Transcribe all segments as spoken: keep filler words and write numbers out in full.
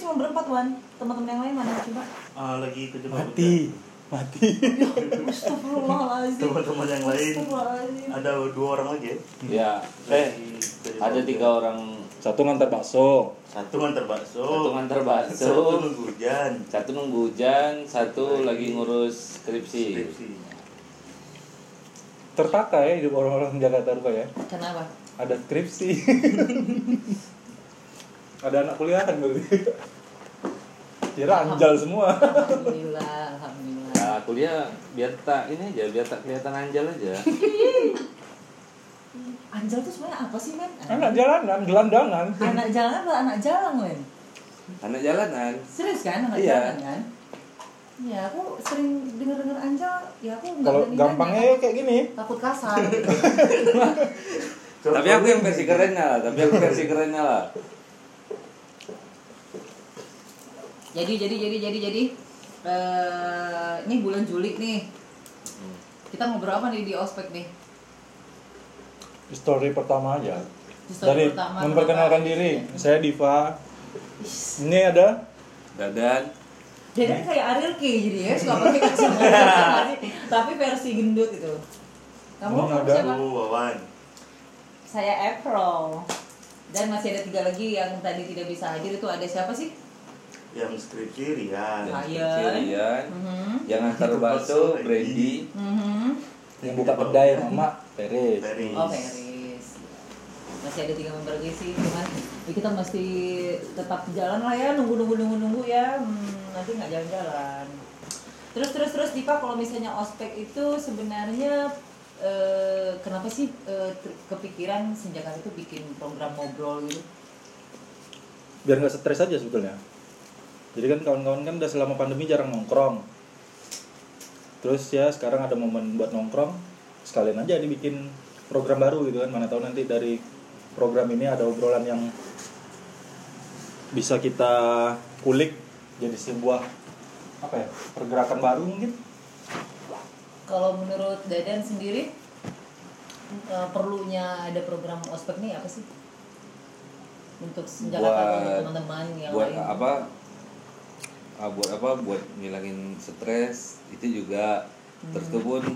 cuma berempat, Wan. Teman-teman yang lain mana coba? Ah, lagi kejebak Mati. Mati. Astagfirullahaladzim. Teman-teman yang lain ada dua orang lagi ya? Ya, eh ada tiga orang. Satu ngantar bakso. Satu ngantar bakso. Satu ngantar bakso. Satu nunggu hujan. Satu nunggu hujan. Satu lagi ngurus skripsi. Skripsi. Tertata ya hidup orang-orang Jakarta Rupa ya. Kenapa? Ada skripsi. Ada anak kuliahan berarti. Kira anjal semua. Alhamdulillah, alhamdulillah. Nah, kuliah biar tak ini aja, biar tak kelihatan anjal aja. Anjal tuh sebenarnya apa sih, Men? Anak jalanan, gelandangan. Anak jalanan atau anak jalan, Men? Anak jalanan. Serius kan anak Iya. jalan kan? Ya, aku sering dengar-dengar anjal, ya aku enggak Kalau berani gampangnya nanya, kayak gini. takut kasar. Tapi aku yang versi kerennya lah, tapi aku versi kerennya lah. Jadi jadi jadi jadi jadi eh ini bulan Juli nih. Kita ngobrol apa nih di ospek nih? Story pertama aja. Story Dari pertama, memperkenalkan kenapa? diri. Saya Diva. Ini ada Dadan. Jadi kayak Ariel K jadi ya, suka pakai kacamata tapi versi gendut itu. Kamu Emang kamu ada? siapa? Aku Wawan. Saya April. Dan masih ada tiga lagi yang tadi tidak bisa hadir, itu ada siapa sih? Yang skripsi Rian. Ah, Yang Rian. kecilian. Mhm. Yang antar bakso, Brandy. Mhm. yang buka kedai Mama Peris. Peris. Oh, Peris. Masih ada tiga member lagi sih, cuman ya kita mesti tetap jalan lah ya, nunggu nunggu nunggu nunggu ya, hmm, nanti nggak jalan-jalan. Terus terus terus Diva, kalau misalnya ospek itu sebenarnya eh, kenapa sih eh, kepikiran sejak itu bikin program ngobrol gitu? Biar nggak stres aja sebetulnya. Jadi kan kawan-kawan kan udah selama pandemi jarang nongkrong. Terus ya sekarang ada momen buat nongkrong, sekalian aja dibikin program baru gitu kan. Mana tahu nanti dari program ini ada obrolan yang bisa kita kulik jadi sebuah apa ya, pergerakan baru mungkin. Kalau menurut Dadan sendiri eh, perlunya ada program ospek nih apa sih? Untuk Jakarta untuk teman-teman yang buat lain. apa? Ah, buat apa? Buat ngilangin stres itu juga. Hmm. Terus tuh pun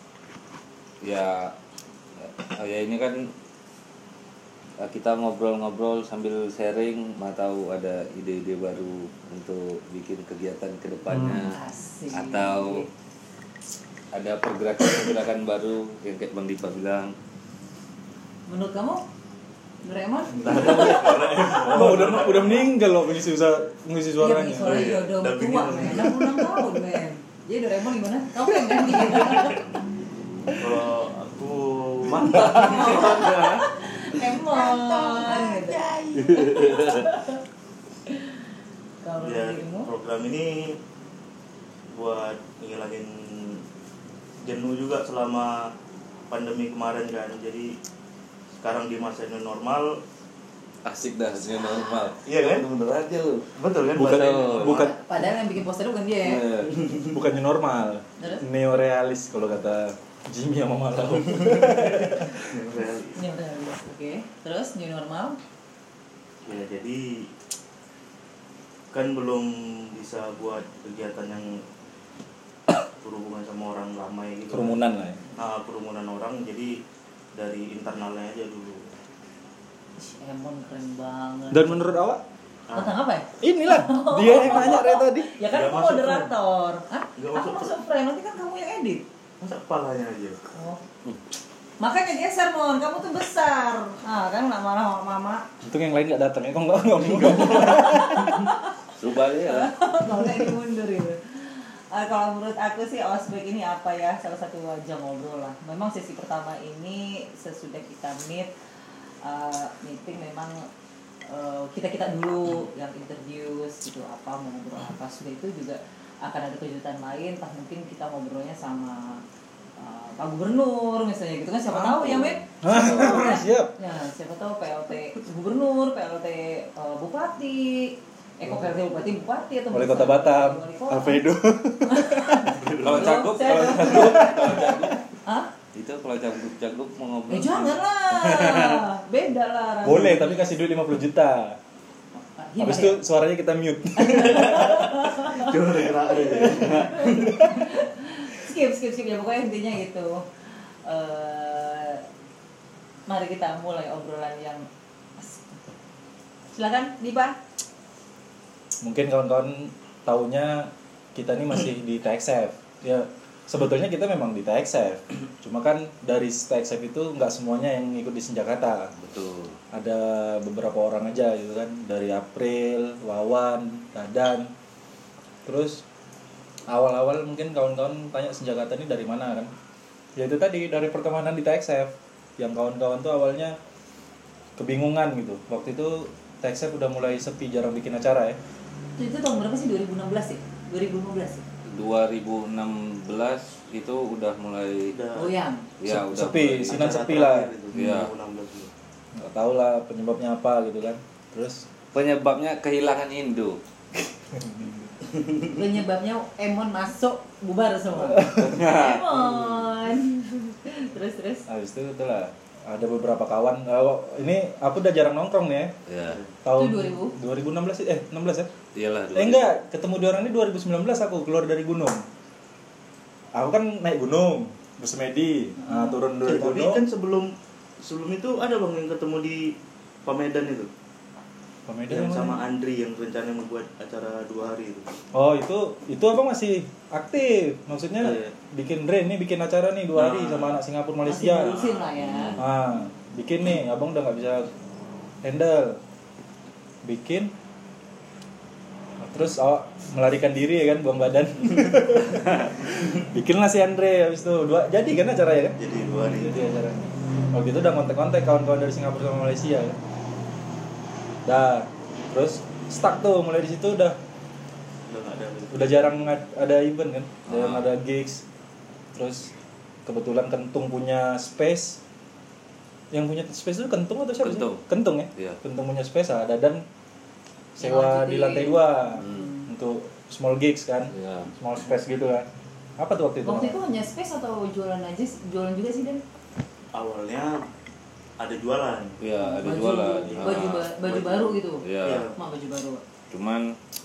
ya ya ini kan kita ngobrol-ngobrol sambil sharing, mau tahu ada ide-ide baru untuk bikin kegiatan ke depannya. Hmm, asik. Atau ada pergerakan-pergerakan baru yang kayak Bang Dipa bilang. Menurut kamu, Doraemon? Oh, udah udah meninggal loh ngisi usah ngisi suaranya. Iya, suaranya Iya, udah udah dubbingnya tua, udah. men. enam puluh enam tahun, men. Jadi Doraemon gimana? Kamu yang ganti. Kalau aku Emon. gitu. Kalau ya dirimu? program ini buat ngilangin jenuh juga selama pandemi kemarin kan. Jadi sekarang di masa new normal. Asik dah, new normal. Iya kan? Bener aja lu. Betul kan? Bukan bahasa new normal? bukan Padahal yang bikin poster itu bukan dia ya. Bener. bukannya normal. Terus? Neorealis kalau kata Jimmy sama Malau. Realis. New normal. Oke. Terus new normal? Ya jadi kan belum bisa buat kegiatan yang berhubungan sama orang ramai gitu. Kerumunan lah ya. Nah, kerumunan orang, jadi dari internalnya aja dulu. Ih, Emon keren banget. Dan menurut awak? Tentang apa ya? Inilah dia yang nanya dari tadi. Ya kan Nggak aku masuk moderator. Hah? Nggak Aku masuk masuk frame, nanti kan kamu yang edit. Masa kepalanya aja? Oh. Makanya geser, Mon. Kamu tuh besar. Ah, kan nggak marah sama mama. Untung yang lain nggak datang ya, kok nggak nggak Rubah dia lah. Kalau nggak ini mundur gitu. Ah, kalau menurut aku sih ospek ini apa ya, salah satu wajah ngobrol lah. Memang sesi pertama ini sesudah kita meet uh, meeting memang uh, kita kita dulu yang introduce gitu, apa mau ngobrol apa. Sudah itu juga akan ada kejutan lain, entah mungkin kita ngobrolnya sama uh, Pak Gubernur misalnya gitu kan, siapa tahu ya, Men. Ah, siap. Ya, siapa tahu P L T Gubernur, P L T uh, Bupati, eh kok P L T Bupati Bupati atau Wali Kota Batam, Wali Kota. Alfredo. Kalau cakup, Saya- kalau cakup, kalau cakup. Hah? Itu kalau cakup cakup mau ngobrol. Eh jangan lah, beda lah. rasanya. Boleh, tapi kasih duit lima puluh juta. Hibah Habis ya? itu suaranya kita mute. Coba gerak aja. skip skip skip ya pokoknya intinya gitu. Eh, mari kita mulai obrolan yang asik. Silakan Dipa. Mungkin kawan-kawan taunya kita ini masih di T X F. Ya sebetulnya kita memang di T X F. Cuma kan dari T X F itu nggak semuanya yang ikut di Senjakata. Betul. Ada beberapa orang aja gitu kan, dari April, Wawan, Dadan. Terus awal-awal mungkin kawan-kawan tanya Senjakata ini dari mana kan? Ya itu tadi dari pertemanan di T X F. Yang kawan-kawan tuh awalnya kebingungan gitu. Waktu itu T X F udah mulai sepi, jarang bikin acara ya. Itu tahun berapa sih? dua ribu enam belas ya? dua ribu lima belas ya? dua ribu enam belas itu udah mulai Udah. Oh yang ya Se- udah sepi, mulai. Sinan Acara sepi lah. terakhir itu, Iya. dua ribu enam belas itu. Nggak tahu lah penyebabnya apa gitu kan. Terus Penyebabnya kehilangan Indo. penyebabnya Emon masuk bubar semua. Emon. terus terus. habis itu itulah ada beberapa kawan. Oh, ini aku udah jarang nongkrong nih ya. Ya, Tahun Itu dua ribu? dua ribu enam belas eh enam belas ya? iyalah. Eh enggak, ketemu dua orang ini dua ribu sembilan belas aku keluar dari gunung. Aku kan naik gunung, bersemedi, nah, turun dari Eh, tapi gunung. kan sebelum sebelum itu ada bang yang ketemu di Pamedan itu. Pamedan Yang yang sama mana? Andri yang rencana membuat acara dua hari itu. Oh itu itu apa masih aktif? Maksudnya Iya. bikin brand nih, bikin acara nih dua hari Nah. sama anak Singapura Masih Malaysia. ngurusin lah ya. Ah, bikin nih, abang udah nggak bisa handle. Bikin, terus awak melarikan diri ya kan, buang badan. Bikinlah si Andre habis itu dua, jadi kan acara ya kan? Jadi dua hari. Jadi acara. Waktu itu udah kontak-kontak kawan-kawan dari Singapura sama Malaysia kan. Dah, terus stuck tuh mulai di situ udah Udah nggak ada. udah jarang ngad- ada event kan, jarang Ah. ada gigs. Terus kebetulan Kentung punya space. Yang punya space itu Kentung atau siapa Kentung. sih? Kentung ya? Iya. Kentung punya space, ada dan sewa Yang di lanjutin. lantai dua Hmm. untuk small gigs kan, Ya. small space gitu kan. Apa tuh waktu itu? Waktu itu namanya? hanya space atau jualan aja sih? Jualan juga sih Dan? Awalnya ada jualan. Ya, ada Baju- jualan. Baju, Ah. ba- baju baru gitu. Ya, Iya. Mak baju baru. cuman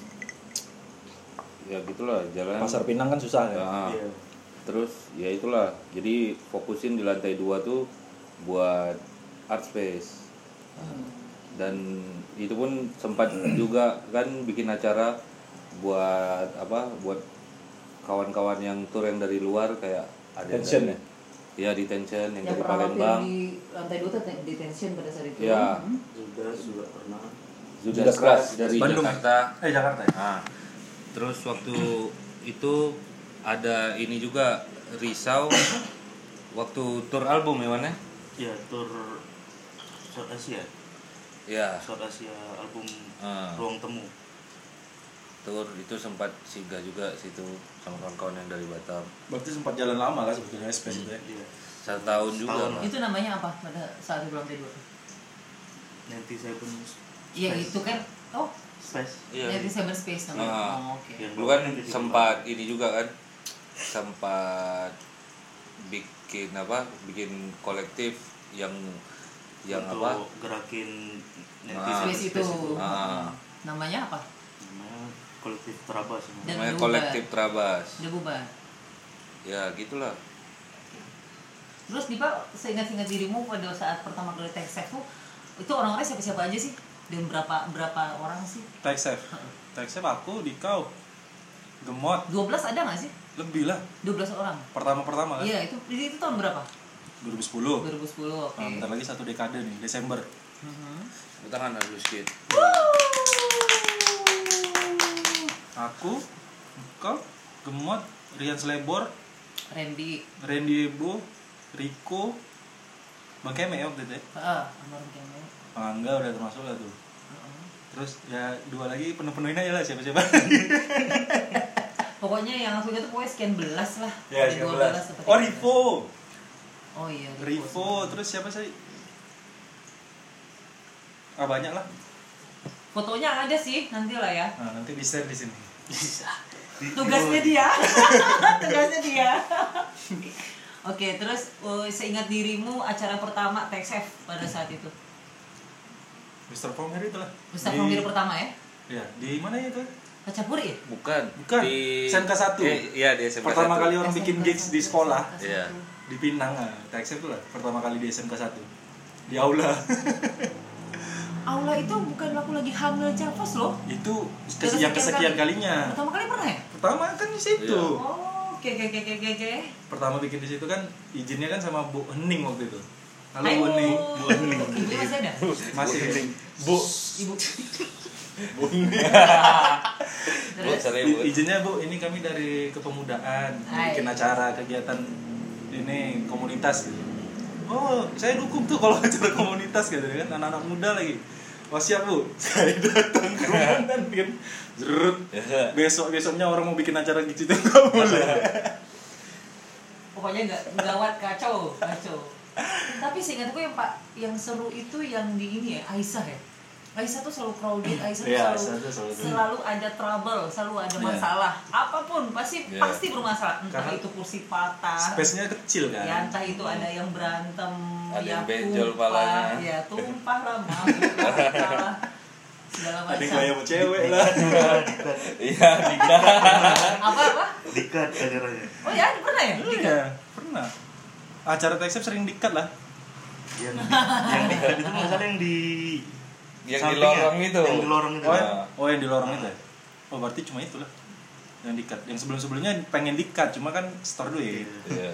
ya gitulah jalan. Pasar Pinang kan susah ya. Ya, Iya. terus ya itulah. Jadi fokusin di lantai dua tuh buat art space. Hmm. Dan itu pun sempat juga kan bikin acara buat apa? Buat kawan-kawan yang tur yang dari luar kayak ada yang Tension dari, ya di tension yang, Yang dari pernah Palembang. mampir di lantai dua tuh detention pada saat itu. Iya. Hmm. Sudah juga pernah. Sudah Judas keras Keras. dari Bandung. Jakarta. Eh Jakarta ya? Nah, terus waktu itu ada ini juga Risau waktu tur album ya mana? Ya tur South Asia. Ya, South Asia album Ah. Ruang Temu. tur itu sempat singgah juga situ sama kawan-kawan yang dari Batam. Berarti sempat jalan lama lah sebetulnya space itu ya. Iya. Satu tahun juga Setahun. lah. Itu namanya apa pada saat di lantai dua? Nanti saya pun Iya itu kan. Oh, space. Iya. dari Cyberspace namanya. Ah. Oh, oke. Yang Dulu kan bawahnya di- sempat ini juga kan, sempat bikin apa? Bikin kolektif yang yang untuk apa? gerakin nanti Ah. Space itu. Ah. Namanya apa? namanya kolektif Terabas. Dan Namanya udah kolektif bubar. Trabas. Udah bubar. Ya gitulah. Terus Dipa, seingat-ingat dirimu pada saat pertama kali T X F tuh, itu orang-orang siapa-siapa aja sih? Dan berapa berapa orang sih? T X F. T X F aku di kau. Gemot dua belas ada nggak sih? lebih lah. dua belas orang. Pertama-pertama kan. Iya, itu itu tahun berapa? dua ribu sepuluh. dua ribu sepuluh, oke. Nah, bentar lagi satu dekade nih, Desember. Mhm. Tepuk tangan harus sedikit. Aku, kau, Gemot, Rian Selebor, Randy, Randy Ebo, Rico, Bang Keme ya waktu itu ya. ah, almarhum Kemal. Angga udah termasuk lah tuh. Heeh. Terus ya dua lagi penuh-penuhin aja lah siapa-siapa. Pokoknya yang aku ingat tuh pokoknya sekian belas lah. Ya, Ada sekian dua belas. belas atau Oh tiga belas. Rivo, Oh iya, Rivo, terus siapa sih? Ah banyak lah. Fotonya ada sih, nanti lah ya. Nah, nanti di share di sini. Tugasnya dia. Tugasnya dia. Oke, terus uh, seingat dirimu acara pertama T X F pada saat itu. Mister Pomer itulah. Mister Di- Pemilu pertama ya? Ya, di mana ya itu? Pacapuri ya? Bukan. Bukan. Di S M K satu. Eh, iya di S M K Pertama satu. kali orang bikin gigs di sekolah Iya. di Pinang, nah, T X M itu lah pertama kali di S M K satu. Di aula. Aula itu bukan waktu lagi hamil Javas loh. Itu kes- Terus yang sekian kesekian kali. kalinya. Pertama kali pernah ya? Pertama kan di situ. Iya. Oh, oke oke oke oke oke. Pertama bikin di situ kan izinnya kan sama Bu Hening waktu itu. Halo Hai, Bu Hening. Bu Hening. Ibu masih ada? Masih. Bu. Ibu. Bu Terus sering, Bu. I- izinnya Bu, ini kami dari kepemudaan Hai. bikin acara kegiatan ini komunitas gitu. Oh, saya dukung tuh kalau acara komunitas gitu kan, anak-anak muda lagi. Oh siap Bu, saya datang ke rumah dan kan zrut. Besok-besoknya orang mau bikin acara gitu tuh nggak boleh. pokoknya nggak gawat kacau kacau. Tapi seingatku yang Pak yang seru itu yang di ini ya Aisyah ya. Aisyah tuh selalu crowded, Aisyah tuh Iya, selalu, Aisyah tuh selalu- selalu ada trouble, selalu ada Iya. masalah. Apapun pasti Iya. pasti bermasalah. Entah Karena itu kursi patah, Space-nya kecil kan. ya entah itu ada yang berantem, Ada ya yang benjol tumpah, palanya. ya tumpah lah, mabuk lah, segala Ada yang macam. kayak mau cewek lah. Iya, nikah. Apa apa? Dikat acaranya. Oh ya, pernah ya? Iya, pernah. Acara T X M sering dikat lah. Yang di, yang dikat itu masalah yang di Yang di sampingnya. lorong itu. Yang di lorong itu. Oh, Nah. ya? Oh yang di lorong itu ya? Oh berarti cuma itulah yang dikat. Yang sebelum-sebelumnya pengen dikat, cuma kan store duit. Iya.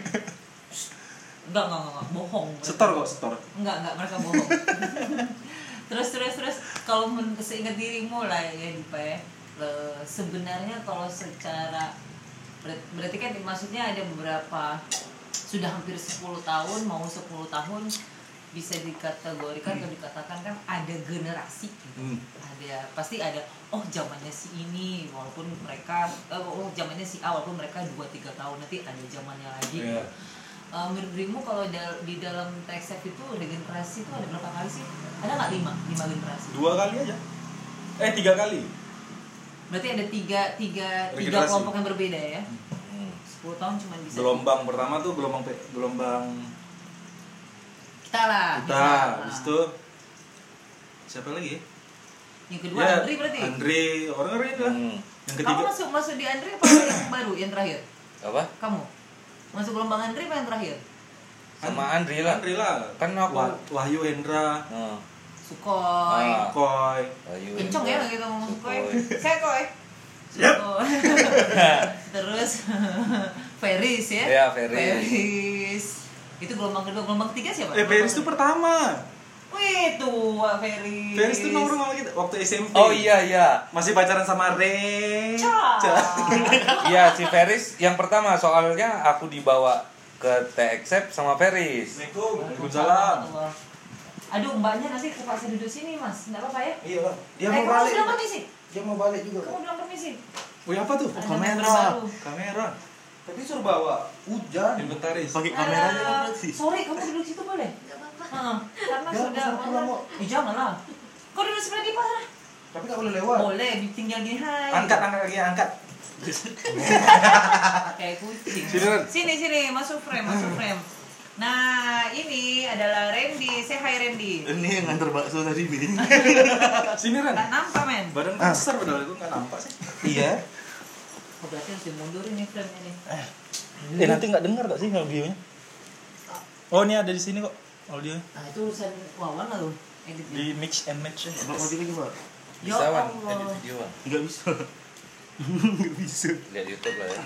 Enggak, enggak, enggak, enggak, bohong. Setor kok, setor. Enggak, enggak, mereka bohong. terus, terus, terus, kalau men- seingat dirimu lah ya, Dipa ya, le- sebenarnya kalau secara, ber- berarti kan maksudnya ada beberapa, sudah hampir sepuluh tahun, mau sepuluh tahun, bisa dikategorikan atau dikatakan kan ada generasi gitu. Hmm. Ada, pasti ada, oh zamannya si ini, walaupun mereka, eh, oh zamannya si A, walaupun mereka dua tiga tahun, nanti ada zamannya lagi gitu. Iya. Uh, menurut dirimu kalau da- di dalam T X F itu regenerasi itu ada berapa kali sih? Ada nggak lima? Lima generasi? Dua kali aja. Eh tiga kali. Berarti ada tiga, tiga, tiga Regenerasi. kelompok yang berbeda ya? Hmm. Sepuluh tahun cuma bisa Gelombang pertama tuh gelombang pe- gelombang kita lah. kita. bisa. Habis itu siapa lagi? ya? Yang kedua Ya, Andri berarti? Andre, orang-orang itu lah. Hmm. Yang Kamu ketiga masuk masuk di Andri apa yang baru yang terakhir? Apa? Kamu masuk gelombang Andri apa yang terakhir? Sama Andri lah. Andre lah. Kan aku- Wah- Wahyu Hendra, Nah, Sukhoi. Ah. Koi. Ayu. Kenceng ya gitu ngomong Sukhoi. Sukhoi. Saya Koi. Yep. Sukhoi. Terus Feris ya? Iya, Feris. Feris. Itu gelombang kedua, gelombang ketiga siapa? Eh Feris tuh pertama. Wih, tua Feris. Feris tuh nongkrong sama kita waktu S M P. Oh iya iya. Masih pacaran sama Re. Cah. Cah. Iya si Feris yang pertama soalnya aku dibawa ke T X F sama Feris. Assalamualaikum. Waalaikumsalam. Aduh, mbaknya nanti terpaksa duduk sini, Mas. Enggak apa-apa ya? Iya Pak. Dia eh, mau kamu balik. bilang permisi. Dia mau balik juga. Kamu bilang permisi. Wih apa tuh? Ada kamera. member baru. Kamera. Tapi suruh bawa hujan. Inventaris. Pakai kameranya kan Ah, berarti. Sorry, kamu duduk situ boleh? Enggak apa-apa. Heeh. Karena Ya, sudah aku pulang kok. Eh, janganlah. Kau duduk sebelah Dipa sana. Tapi enggak boleh lewat. Boleh, tinggal gini hai. Angkat angkat kaki angkat. Kayak kucing. Sini, Ren. Sini sini, masuk frame, masuk frame. Nah, ini adalah Randy. Say hi Randy. Ini yang nganter bakso tadi nih. Sini Ren. Nggak nampak men. Badan besar padahal itu nggak nampak sih. Iya. Oh, berarti harus dimundurin nih frame ini. Eh nanti nggak dengar nggak sih audionya? Oh ini ada di sini kok audio. Nah, itu urusan Wawan lah tuh editnya. Di mix and match ya. Bang mati lagi pak. Ya Bisa Wan, Allah. edit video Wan. Nggak bisa. Nggak bisa. Lihat YouTube lah ya.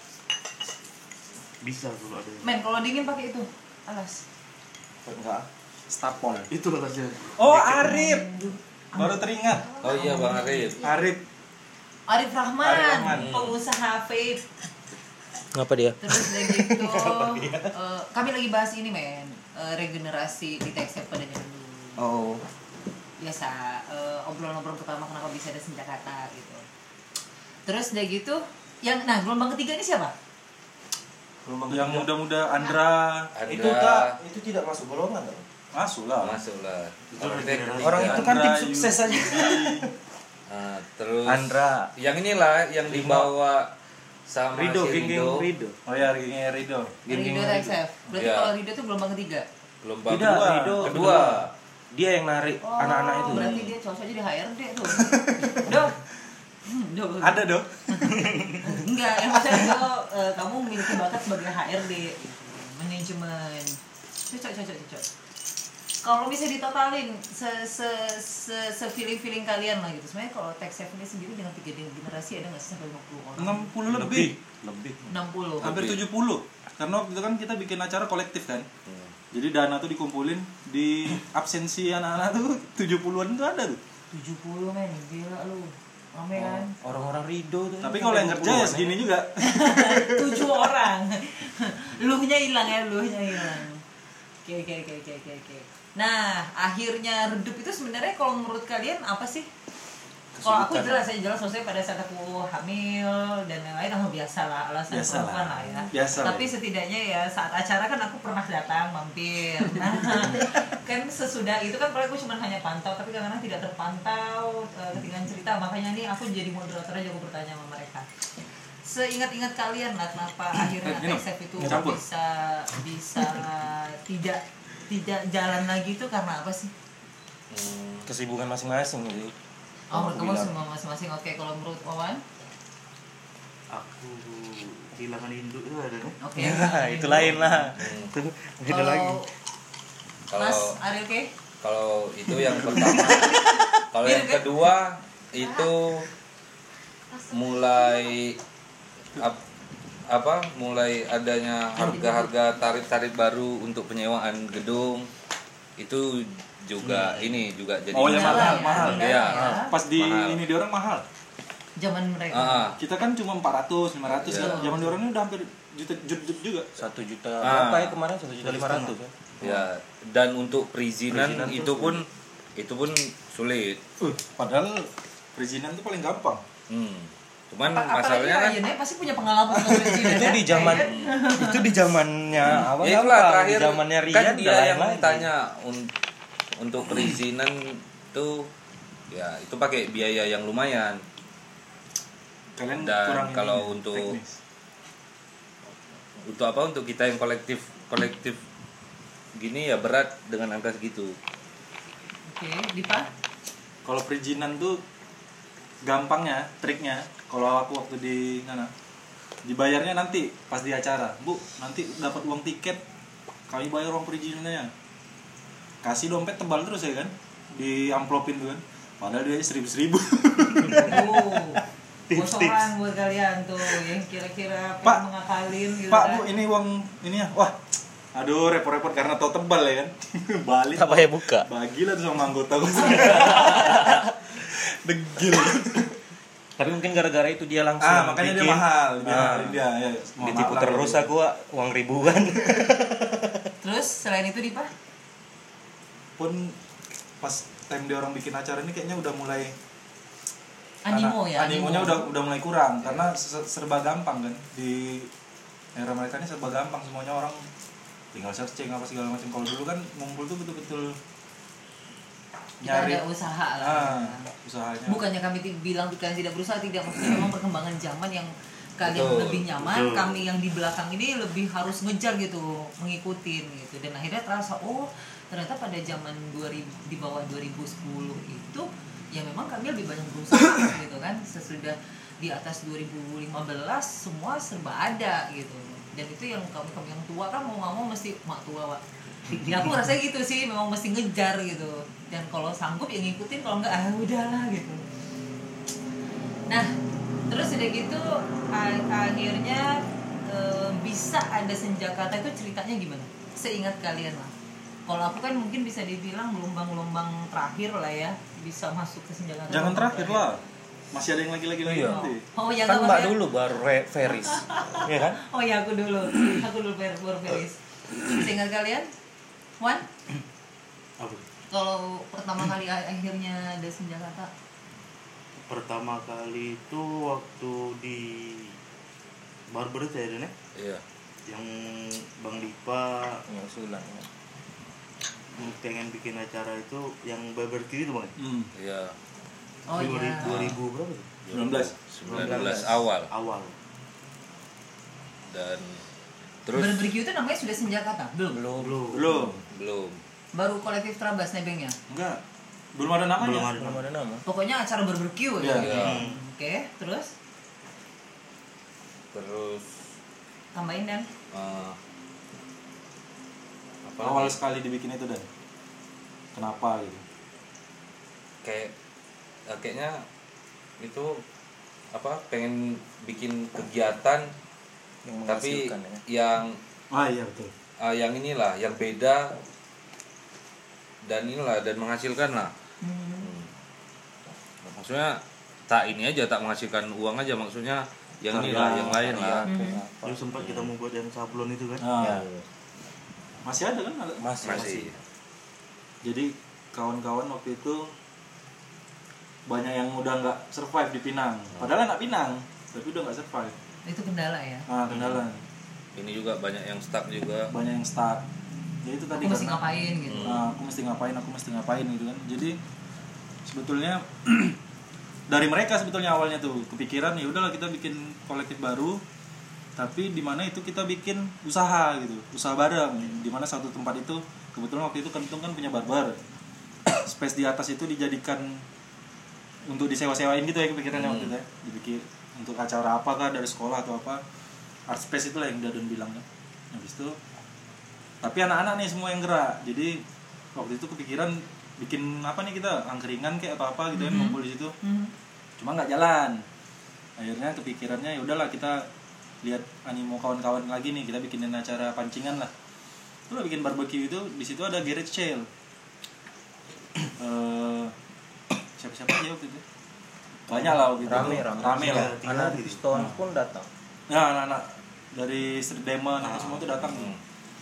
Bisa kalau ada. Men, kalau dingin pakai itu. Alas. Enggak. Stapol. Itu atasnya. Oh Arif. Baru teringat. Oh iya Bang Arif. Arif. Arif Rahman, Arif Rahman. pengusaha vape. Ngapa dia? Terus udah gitu, eh, kami lagi bahas ini men, eh, regenerasi di T X F pada zaman dulu. Oh. Biasa eh, obrolan-obrolan pertama kenapa bisa ada senjakata gitu. Terus udah gitu, yang nah gelombang ketiga ini siapa? Yang muda-muda Andra. Itu Andra tak, itu tidak masuk golongan kan? Masuk lah. masuk lah. Itu Orang regenerasi. ketiga. Orang itu kan tim Andra, sukses aja. Nah, terus Andra. yang inilah yang dibawa sama Rido, si geng geng Rido. Rido. Oh ya, geng geng Rido. Geng-geng Rido T X F. Berarti Iya. kalau Rido itu gelombang ketiga. Gelombang Tidak, kedua. Rido kedua. Dia yang narik Oh, anak-anak itu. berarti dia cocok jadi H R D tuh. Dok. Hmm, Dok. Ada dong. Enggak, yang maksudnya itu eh, kamu memiliki bakat sebagai H R D, manajemen. Cocok, cocok, cocok. Kalau bisa ditotalin se se se, se feeling feeling kalian lah gitu. Sebenarnya kalau Tech Seven ini sendiri dengan tiga generasi ada nggak sih sampai lima puluh orang? enam puluh lebih. Lebih. enam puluh. Hampir tujuh puluh. Karena waktu itu kan kita bikin acara kolektif kan. Hmm. Jadi dana tuh dikumpulin di absensi anak-anak tuh tujuh puluhan tuh ada tuh. tujuh puluh men, gila lu. Rame kan? Orang-orang Rido tuh. Tapi kalau yang kerja ya segini juga. tujuh orang. Luhnya hilang ya, luhnya hilang. Oke, oke, oke, oke, oke, oke. Nah, akhirnya redup itu sebenarnya kalau menurut kalian apa sih? Kalau aku jelas, saya jelas maksudnya pada saat aku hamil dan yang lain aku biasa lah, alasan Biasa perempuan lah. lah ya. Biasa lah Tapi ya. setidaknya ya saat acara kan aku pernah datang mampir. Nah, kan sesudah itu kan kalau aku cuma hanya pantau, tapi kadang-kadang tidak terpantau uh, ketinggalan cerita. Makanya nih aku jadi moderator aja, aku bertanya sama mereka. Seingat-ingat kalian lah kenapa akhirnya minum. Tech Seven itu Campur. bisa bisa tidak tidak jalan lagi itu karena apa sih? Hmm. Kesibukan masing-masing gitu. Oh, menurut kamu bilang. semua masing-masing. Oke, kalau menurut Wawan? Aku kehilangan induk itu ada nih. Oke. Ya, itu lain lah. Itu beda lagi. Kalau Mas Kalau Ariel oke? kalau itu yang pertama. Kalau yang kedua itu mulai ap, apa? Mulai adanya harga-harga tarif-tarif baru untuk penyewaan gedung itu juga ini juga jadi Oh ya mahal, ya, mahal. benar Iya. ya. Pas di Mahal. ini di orang mahal. Zaman mereka. Ah, Kita kan cuma empat ratus, lima ratus Iya. kan. Zaman di orang ini udah hampir juta juta juga. Satu juta Ah. berapa ya kemarin? Satu juta lima ratus ya. ya dan untuk perizinan, Perizinan itu tuh pun itu pun sulit. Uh, padahal perizinan tuh paling gampang. Hmm. Cuman Apa- masalahnya kan apalagi Ryan ya, pasti punya pengalaman dengan presiden Itu ya. di zaman Iya kan? itu di zamannya apa? ya itulah gampang. terakhir Di zamannya Rian kan udah dia lain yang lagi. tanya un- untuk perizinan tuh ya itu pakai biaya yang lumayan. Kalian Dan kurang ini kalau ya, untuk- teknis. Untuk apa? Untuk kita yang kolektif kolektif gini ya berat dengan angka segitu. Oke, Dipa? Kalau perizinan tuh gampangnya, triknya kalau aku waktu di sana dibayarnya nanti pas di acara. Bu, nanti dapat uang tiket kami bayar uang perizinannya. Kasih dompet tebal terus ya kan, di amplopin tuh kan. Padahal dia seribu-seribu. Oh, Tips, bocoran buat kalian tuh yang kira-kira Pak, pengen mengakalin gitu Pak, kan. Bu, ini uang ini ya. Wah, aduh repot-repot karena tau tebal ya kan. Balik. Tak payah buka. Bagilah tuh sama anggota gue. Degil. Tapi mungkin gara-gara itu dia langsung Ah, makanya dia bikin. mahal. Dia, Ah. dia, ya, mohon Ditipu maaf lah terus kalau- aku ah, uang ribuan. Terus selain itu Dipa? Pun pas time dia orang bikin acara ini kayaknya udah mulai Animo karena ya. animonya animo. udah udah mulai kurang karena se- serba gampang kan di era mereka ini serba gampang, semuanya orang tinggal searching apa segala macam. Kalau dulu kan ngumpul tuh betul-betul Kita nyari ada usaha lah. ah, usahanya. Bukannya kami ti- bilang kalian tidak berusaha, tidak, maksudnya memang perkembangan zaman yang kalian Betul, lebih nyaman, betul. kami yang di belakang ini lebih harus ngejar gitu, mengikutin gitu. Dan akhirnya terasa oh ternyata pada zaman dua ribu di bawah dua ribu sepuluh itu ya memang kami lebih banyak berusaha gitu kan. Sesudah di atas dua ribu lima belas semua serba ada gitu. Dan itu yang kami kami yang tua kan mau nggak mau mesti mak tua Pak. Ya aku rasanya gitu sih, memang mesti ngejar gitu. Dan kalau sanggup ya ngikutin, kalau enggak ah udahlah gitu. Nah, terus udah gitu a- akhirnya e, bisa ada Senjakata itu ceritanya gimana? Seingat kalian lah. Kalau aku kan mungkin bisa dibilang gelombang-gelombang terakhir lah ya, bisa masuk ke Senjakata. Jangan terakhir lah. Masih ada yang lagi-lagi lagi Iya. nanti. Oh ya Kan nggak Mbak maksudnya- dulu baru Re- Feris. Iya kan? Oh ya aku dulu, aku dulu baru baru Feris. Seingat kalian, Wan? Apa? Kalau pertama kali a- akhirnya ada Senjakata, Pertama kali itu waktu di Barber ya Dan ya? Iya. Yang Bang Dipa Yang sulang. Ya. pengen bikin acara itu yang barbecue itu Bang. Hmm. Iya. oh iya. dua ribu berapa tuh? sembilan belas. sembilan belas awal Awal. dan terus Berbarbecue itu namanya sudah Senjakata? Belum. Belum. Belum. Belum. belum. Baru kolektif Trabas nebengnya. Enggak. Belum ada namanya. Belum ada. Belum ada nama. Pokoknya acara barbecue Iya. ya. Iya. Hmm, Oke, terus Terus tambahin dan eh, apa Awal lagi? sekali dibikin itu dan. Kenapa gitu? Kayak eh, kayaknya itu apa pengen bikin kegiatan Yang tapi menghasilkan ya. yang Ah iya betul. eh, yang inilah yang beda dan inilah dan menghasilkan lah. hmm. Hmm. Maksudnya tak ini aja tak menghasilkan uang aja maksudnya yang Karya, inilah yang lain Karya, lah. kayak Hmm. apa. Dulu sempat kita mau buat yang sablon itu kan. Nah, Ya. masih ada kan? Ada. Masih. Masih. Jadi kawan-kawan waktu itu banyak yang udah nggak survive di Pinang. Padahal anak Pinang, tapi udah nggak survive. Itu kendala ya. Nah, kendala. Ini juga banyak yang stuck juga. Banyak yang start. Jadi itu tadi Aku mesti karena- ngapain gitu. Nah, aku mesti ngapain, aku mesti ngapain gitu kan. Jadi sebetulnya dari mereka sebetulnya awalnya tuh kepikiran ya udahlah kita bikin kolektif baru, tapi di mana itu kita bikin usaha gitu, usaha bareng. Di mana satu tempat itu kebetulan waktu itu Kentung kan punya barber. Space di atas itu dijadikan untuk disewa-sewain gitu ya kepikirannya Hmm. waktu itu ya. Dibikin untuk acara apakah dari sekolah atau apa. Art space itulah yang Dadon bilang kan. Habis itu tapi anak-anak nih semua yang gerak, jadi waktu itu kepikiran bikin apa nih kita angkringan kayak atau apa gitu kan, Mhm. ngumpul di situ Hmm. cuma nggak jalan. Akhirnya kepikirannya ya udahlah kita lihat animo kawan-kawan lagi nih, kita bikinin acara pancingan lah. Itulah bikin barbecue itu, di situ ada garage sale. Eh, siapa-siapa aja waktu itu banyak lah waktu itu. Rame, rame. rame lah. Tiga Anak hari. Stone pun datang. Nah, anak-anak dari Street Demon itu semua tuh datang. Hmm.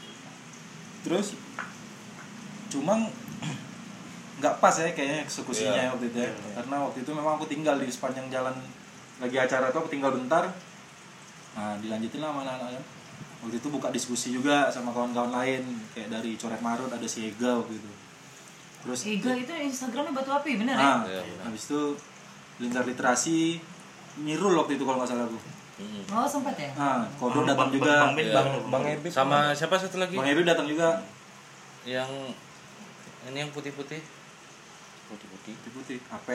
Terus cuma nggak pas ya kayaknya eksekusinya Iya. ya waktu itu ya. Iya. Karena waktu itu memang aku tinggal di sepanjang jalan lagi acara tuh, aku tinggal bentar. Nah, dilanjutin lah sama anak-anak kan. Waktu itu buka diskusi juga sama kawan-kawan lain, kayak dari Coret Marut ada si Ega waktu itu. Terus Ega itu Instagramnya batu api bener ya? nah, Iya, benar. habis itu Lingkar Literasi Mirul waktu itu kalau nggak salah aku. Hmm. Oh sempat ya? Nah, Kodok Bang- datang Bang- juga. Bang Ben Iya. datang. Bang Ebib Sama siapa satu lagi? Bang Ebib datang juga. Yang ini yang putih-putih. putih-putih. Putih, Ape.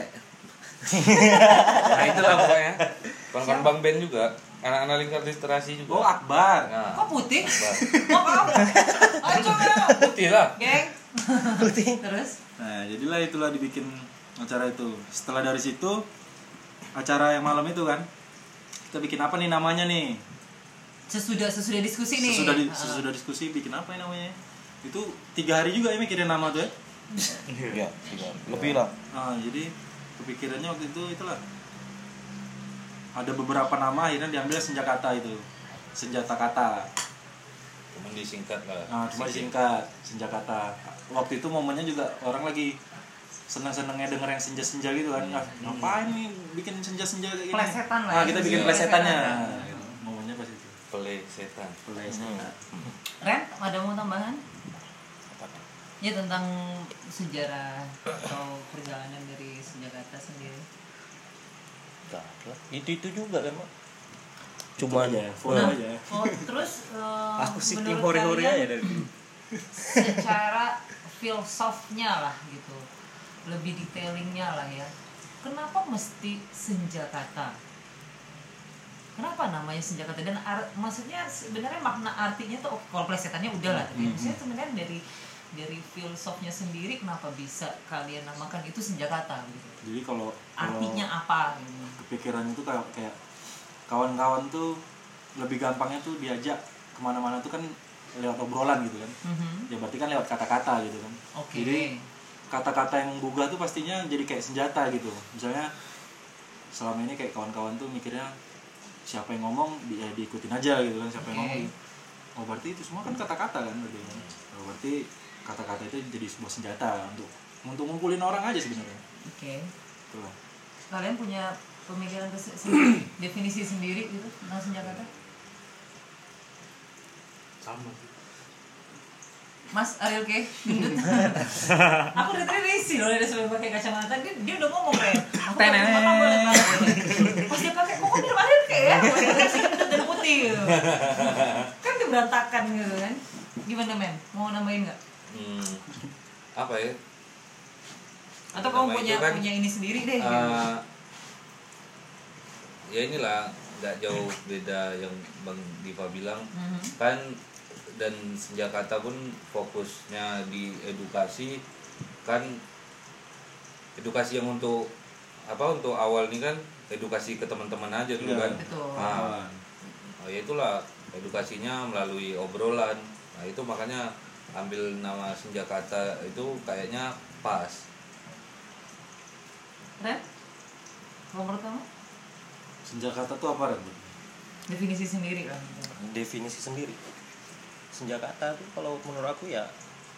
Nah, itulah pokoknya. Kawan-kawan Bang Ben juga, anak-anak lingkar literasi Oh, juga. Akbar. Nah, Kok putih? Akbar. Kok apa? Ayo coba. Putih lah. Geng. Putih. Terus? Nah, jadilah itulah dibikin acara itu. Setelah dari situ, acara yang malam itu kan, kita bikin apa nih namanya nih? Sesudah sesudah diskusi nih. Sesudah, di- Ah. sesudah diskusi bikin apa ya namanya? Itu tiga hari juga ya mikirin nama tuh ya. Iya, tiga. Lebih lah. Nah, jadi kepikirannya waktu itu itulah. Ada beberapa nama akhirnya diambil Senjakata itu. Senjata kata. Cuman disingkat lah. Nah, cuma disingkat Senjakata. Waktu itu momennya juga orang lagi senang-senangnya denger yang senja-senja gitu kan. Nah, ngapain nih bikin senja-senja kayak gini? Plesetan lah Nah, ya. kita bikin Iya. plesetannya. Plesetan. Nah, gitu. Momennya pas itu. Pelai setan. Plesetan. Ren, ada mau tambahan? Apa tuh? Ya tentang sejarah atau perjalanan dari Senjakata sendiri. Enggak lah. Itu-itu juga kan, Mak. Cuman Itu aja, follow Nah, aja. oh, terus eh, aku sih tim menurut hore-hore kalian, aja dari dulu. secara filsofnya lah gitu, lebih detailingnya lah ya, kenapa mesti Senjakata? Kenapa namanya Senjakata? Dan ar- maksudnya sebenarnya makna artinya tuh, kalau plesetannya udah lah, tapi Hmm. maksudnya sebenarnya dari dari filsofnya sendiri kenapa bisa kalian namakan itu Senjakata gitu? Jadi kalau Artinya apa gitu? kepikiran itu kayak kayak kawan-kawan tuh lebih gampangnya tuh diajak kemana-mana tuh kan lewat obrolan gitu kan. Mhm. Ya berarti kan lewat kata-kata gitu kan. Oke. Jadi kata-kata yang menggugah tuh pastinya jadi kayak senjata gitu. Misalnya selama ini kayak kawan-kawan tuh mikirnya siapa yang ngomong di, ya diikutin aja gitu kan, siapa yang Oke. ngomong. Oh berarti itu semua kan kata-kata kan berarti. Oh, berarti kata-kata itu jadi sebuah senjata untuk untuk ngumpulin orang aja sebenarnya. Oke. Itulah. Kalian punya pemikiran kes- sendiri, definisi sendiri gitu tentang Senjakata? Sama. Mas Ariel K, gendut. Aku udah tadi risih loh dari sebelum pakai kacamata, dia, dia udah ngomong kayak aku pakai kacamata boleh banget. Pas dia pakai, kok mirip Ariel K ya? Kasih gendut dan putih gitu. Kan dia berantakan gitu kan. Gimana men? Mau nambahin nggak? Hmm. apa ya? Atau kamu Nama punya itu kan, punya ini sendiri deh. gitu. Uh, ya inilah nggak jauh beda yang Bang Diva bilang Mhm. kan, dan Senjakata pun fokusnya di edukasi kan, edukasi yang untuk apa untuk awal ini kan edukasi ke teman-teman aja dulu Iya, kan. betul. Nah, oh ya itulah edukasinya melalui obrolan. Nah itu makanya ambil nama Senjakata itu kayaknya pas. Ren? Kalau menurut kamu? Senjakata tuh apa, Ren? Definisi sendiri lah. Definisi sendiri Senjakata tuh kalau menurut aku ya,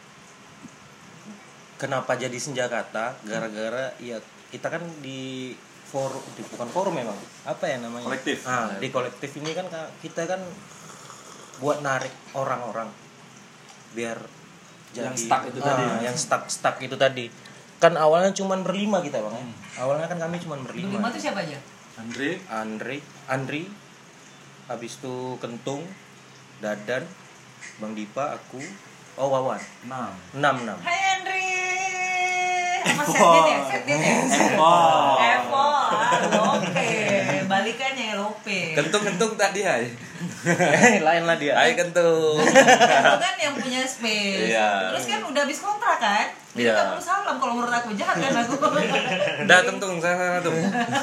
kenapa jadi Senjakata, gara-gara ya kita kan di forum, di, bukan forum memang, apa ya namanya, Kolektif. ah, di kolektif ini kan Kak, kita kan buat narik orang-orang biar jadi Yang stuck itu ah, tadi ya? yang stuck stuck itu tadi kan awalnya cuman berlima kita bang ya. Awalnya kan kami cuman berlima. Berlima tuh siapa aja? Andre, Andre, Andri, habis itu Kentung, Dadan, Bang Dipa, aku, oh Wawan, enam. enam enam. Hai Andri. Sama Setdit ya? Setdit ya? Evo. Evo, ah, Lope. Balikannya Lope. Kentung-kentung tadi hai. Lain lah dia. Hai Kentung. Evo kan yang punya space. Iya. Terus kan udah habis kontrak kan? Jadi Iya. nggak perlu salam kalau menurut aku, jahat kan aku. Dah Kentung sana tuh.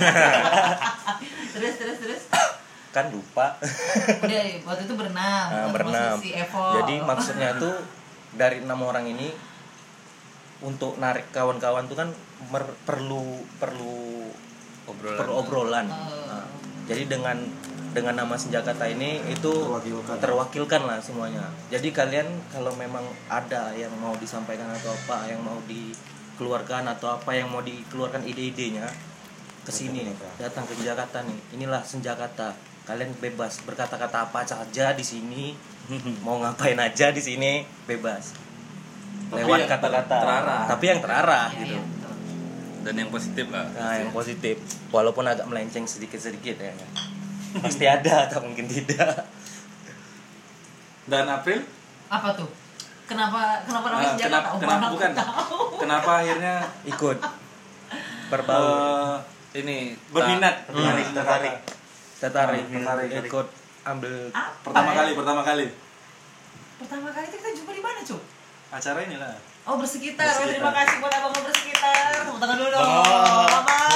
Terus terus terus. Kan lupa. Udah waktu itu berenam. Nah, termasuk berenam. Si Evo. Jadi maksudnya tuh dari enam orang ini untuk narik kawan-kawan tuh kan mer- perlu perlu Obrolan. perlu obrolan. Oh. Nah, jadi dengan dengan nama Senjakata ini itu Terwakilkan. terwakilkan lah semuanya. Jadi kalian kalau memang ada yang mau disampaikan atau apa yang mau dikeluarkan atau apa yang mau dikeluarkan ide-idenya ke sini nih, datang ke Senjakata nih. Inilah Senjakata. Kalian bebas berkata-kata apa saja di sini. Mau ngapain aja di sini bebas. Tapi Lewat yang kata-kata. terarah. Tapi yang terarah Iya, gitu. iya, betul. Dan yang positif lah. Nah, yang positif. Walaupun agak melenceng sedikit-sedikit ya. Pasti ada atau mungkin tidak. Dan April? Apa tuh? Kenapa kenapa namanya Ah, senjata? kenapa, Oh, kenapa mana aku bukan? tahu. Kenapa akhirnya Ikut berbau, eh, Ini berminat? ta- Tertarik, tertarik. tertarik, tertarik, tertarik. ikut ambil Apa Pertama ya? kali, pertama kali Pertama kali itu kita jumpa di mana, Cuk? acara inilah. Oh, bersekitar. Oh, Bersekitar. terima kasih buat abang bersekitar. Tepuk tangan dulu dong. Oh.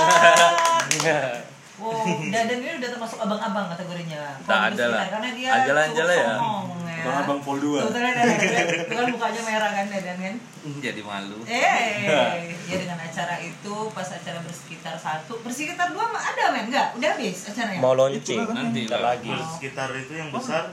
Abang. Wow, Dadan ini udah termasuk abang-abang kategorinya. Tak Kalau ada lah. bersekitar, karena dia Anjala-anjala cukup ya. songong, ya. Abang-abang Pol dua. Tuh, tuh, lihat, lihat, lihat. Tuh kan mukanya merah kan Dadan kan? jadi malu. Eh, ya dengan acara itu pas acara bersekitar satu, bersekitar dua mah ada men nggak? Udah habis acaranya? mau launching Nanti bentar lah. lagi. Sekitar itu yang besar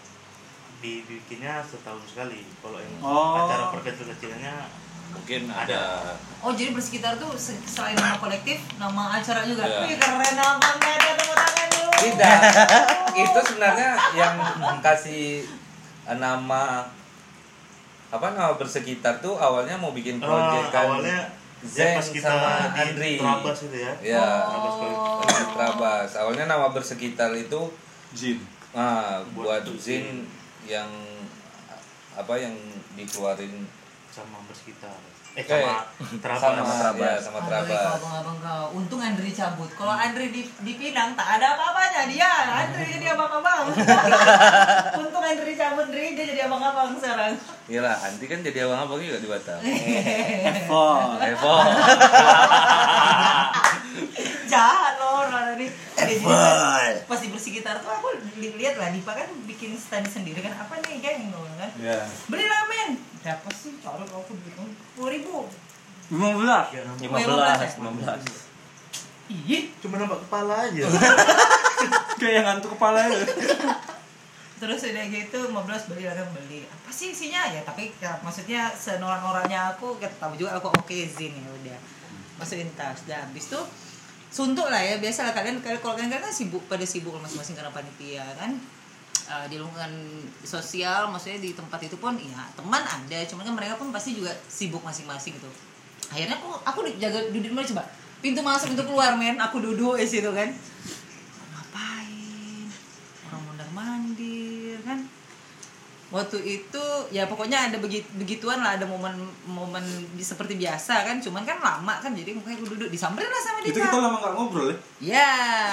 dibikinnya setahun sekali. Kalau yang Oh. acara perkecil-kecilannya Mungkin ada. Oh jadi bersekitar tuh se- selain nama kolektif, nama acara juga. Iya. Wih keren abang, nggak ada tepuk tangan dulu. Tidak. Itu sebenarnya yang kasih nama apa nama bersekitar tuh awalnya mau bikin project kan. awalnya Zen ya pas kita sama di Andri. Trabas itu ya. Ya, Trabas kolektif. di Trabas. Awalnya nama bersekitar itu Jin. ah, buat Buat Zin yang apa yang dikeluarin Sama bersekitar. Eh Kayak sama Trabas. sama Trabas. ya, sama Aduh, Trabas. kau abang-abang kau. Untung Andri cabut. Kalau Andri di, di Pinang tak ada apa-apanya dia. Andri jadi abang-abang. Untung Andri cabut, Andri dia jadi abang-abang sekarang. Iyalah, Anti kan jadi abang-abang juga di Batam. Oh. Evo. Jahat loh orang tadi. Dia jadi pas di bersekitar tuh aku li- lihat lah Dipa kan bikin stand sendiri kan, apa nih geng loh kan. Ya. Beli ramen. Berapa sih? Cari aku bilang sepuluh ribu. lima belas. lima belas lima belas Ih, Cuma nampak kepala aja. Kayak yang ngantuk kepala itu. terus udah gitu lima belas beli orang beli. Apa sih isinya ya? Tapi ya, maksudnya senoran-orannya aku kita tahu juga aku oke Zin ya udah. Masukin tas. Dah habis tuh suntuk lah ya, biasa lah kalian kalau kalian kan sibuk pada sibuk masing-masing karena panitia kan. Uh, di lingkungan sosial maksudnya di tempat itu pun ya teman ada, cuman kan mereka pun pasti juga sibuk masing-masing gitu. Akhirnya aku aku jaga duduk mana coba pintu masuk pintu keluar men, aku duduk di situ kan. Ngapain orang mondar mandir kan, waktu itu ya pokoknya ada begit, begituan lah, ada momen-momen seperti biasa kan, cuman kan lama kan, jadi makanya aku duduk disamperin lah sama Dipa. Itu kita lama nggak ngobrol ya? Ya.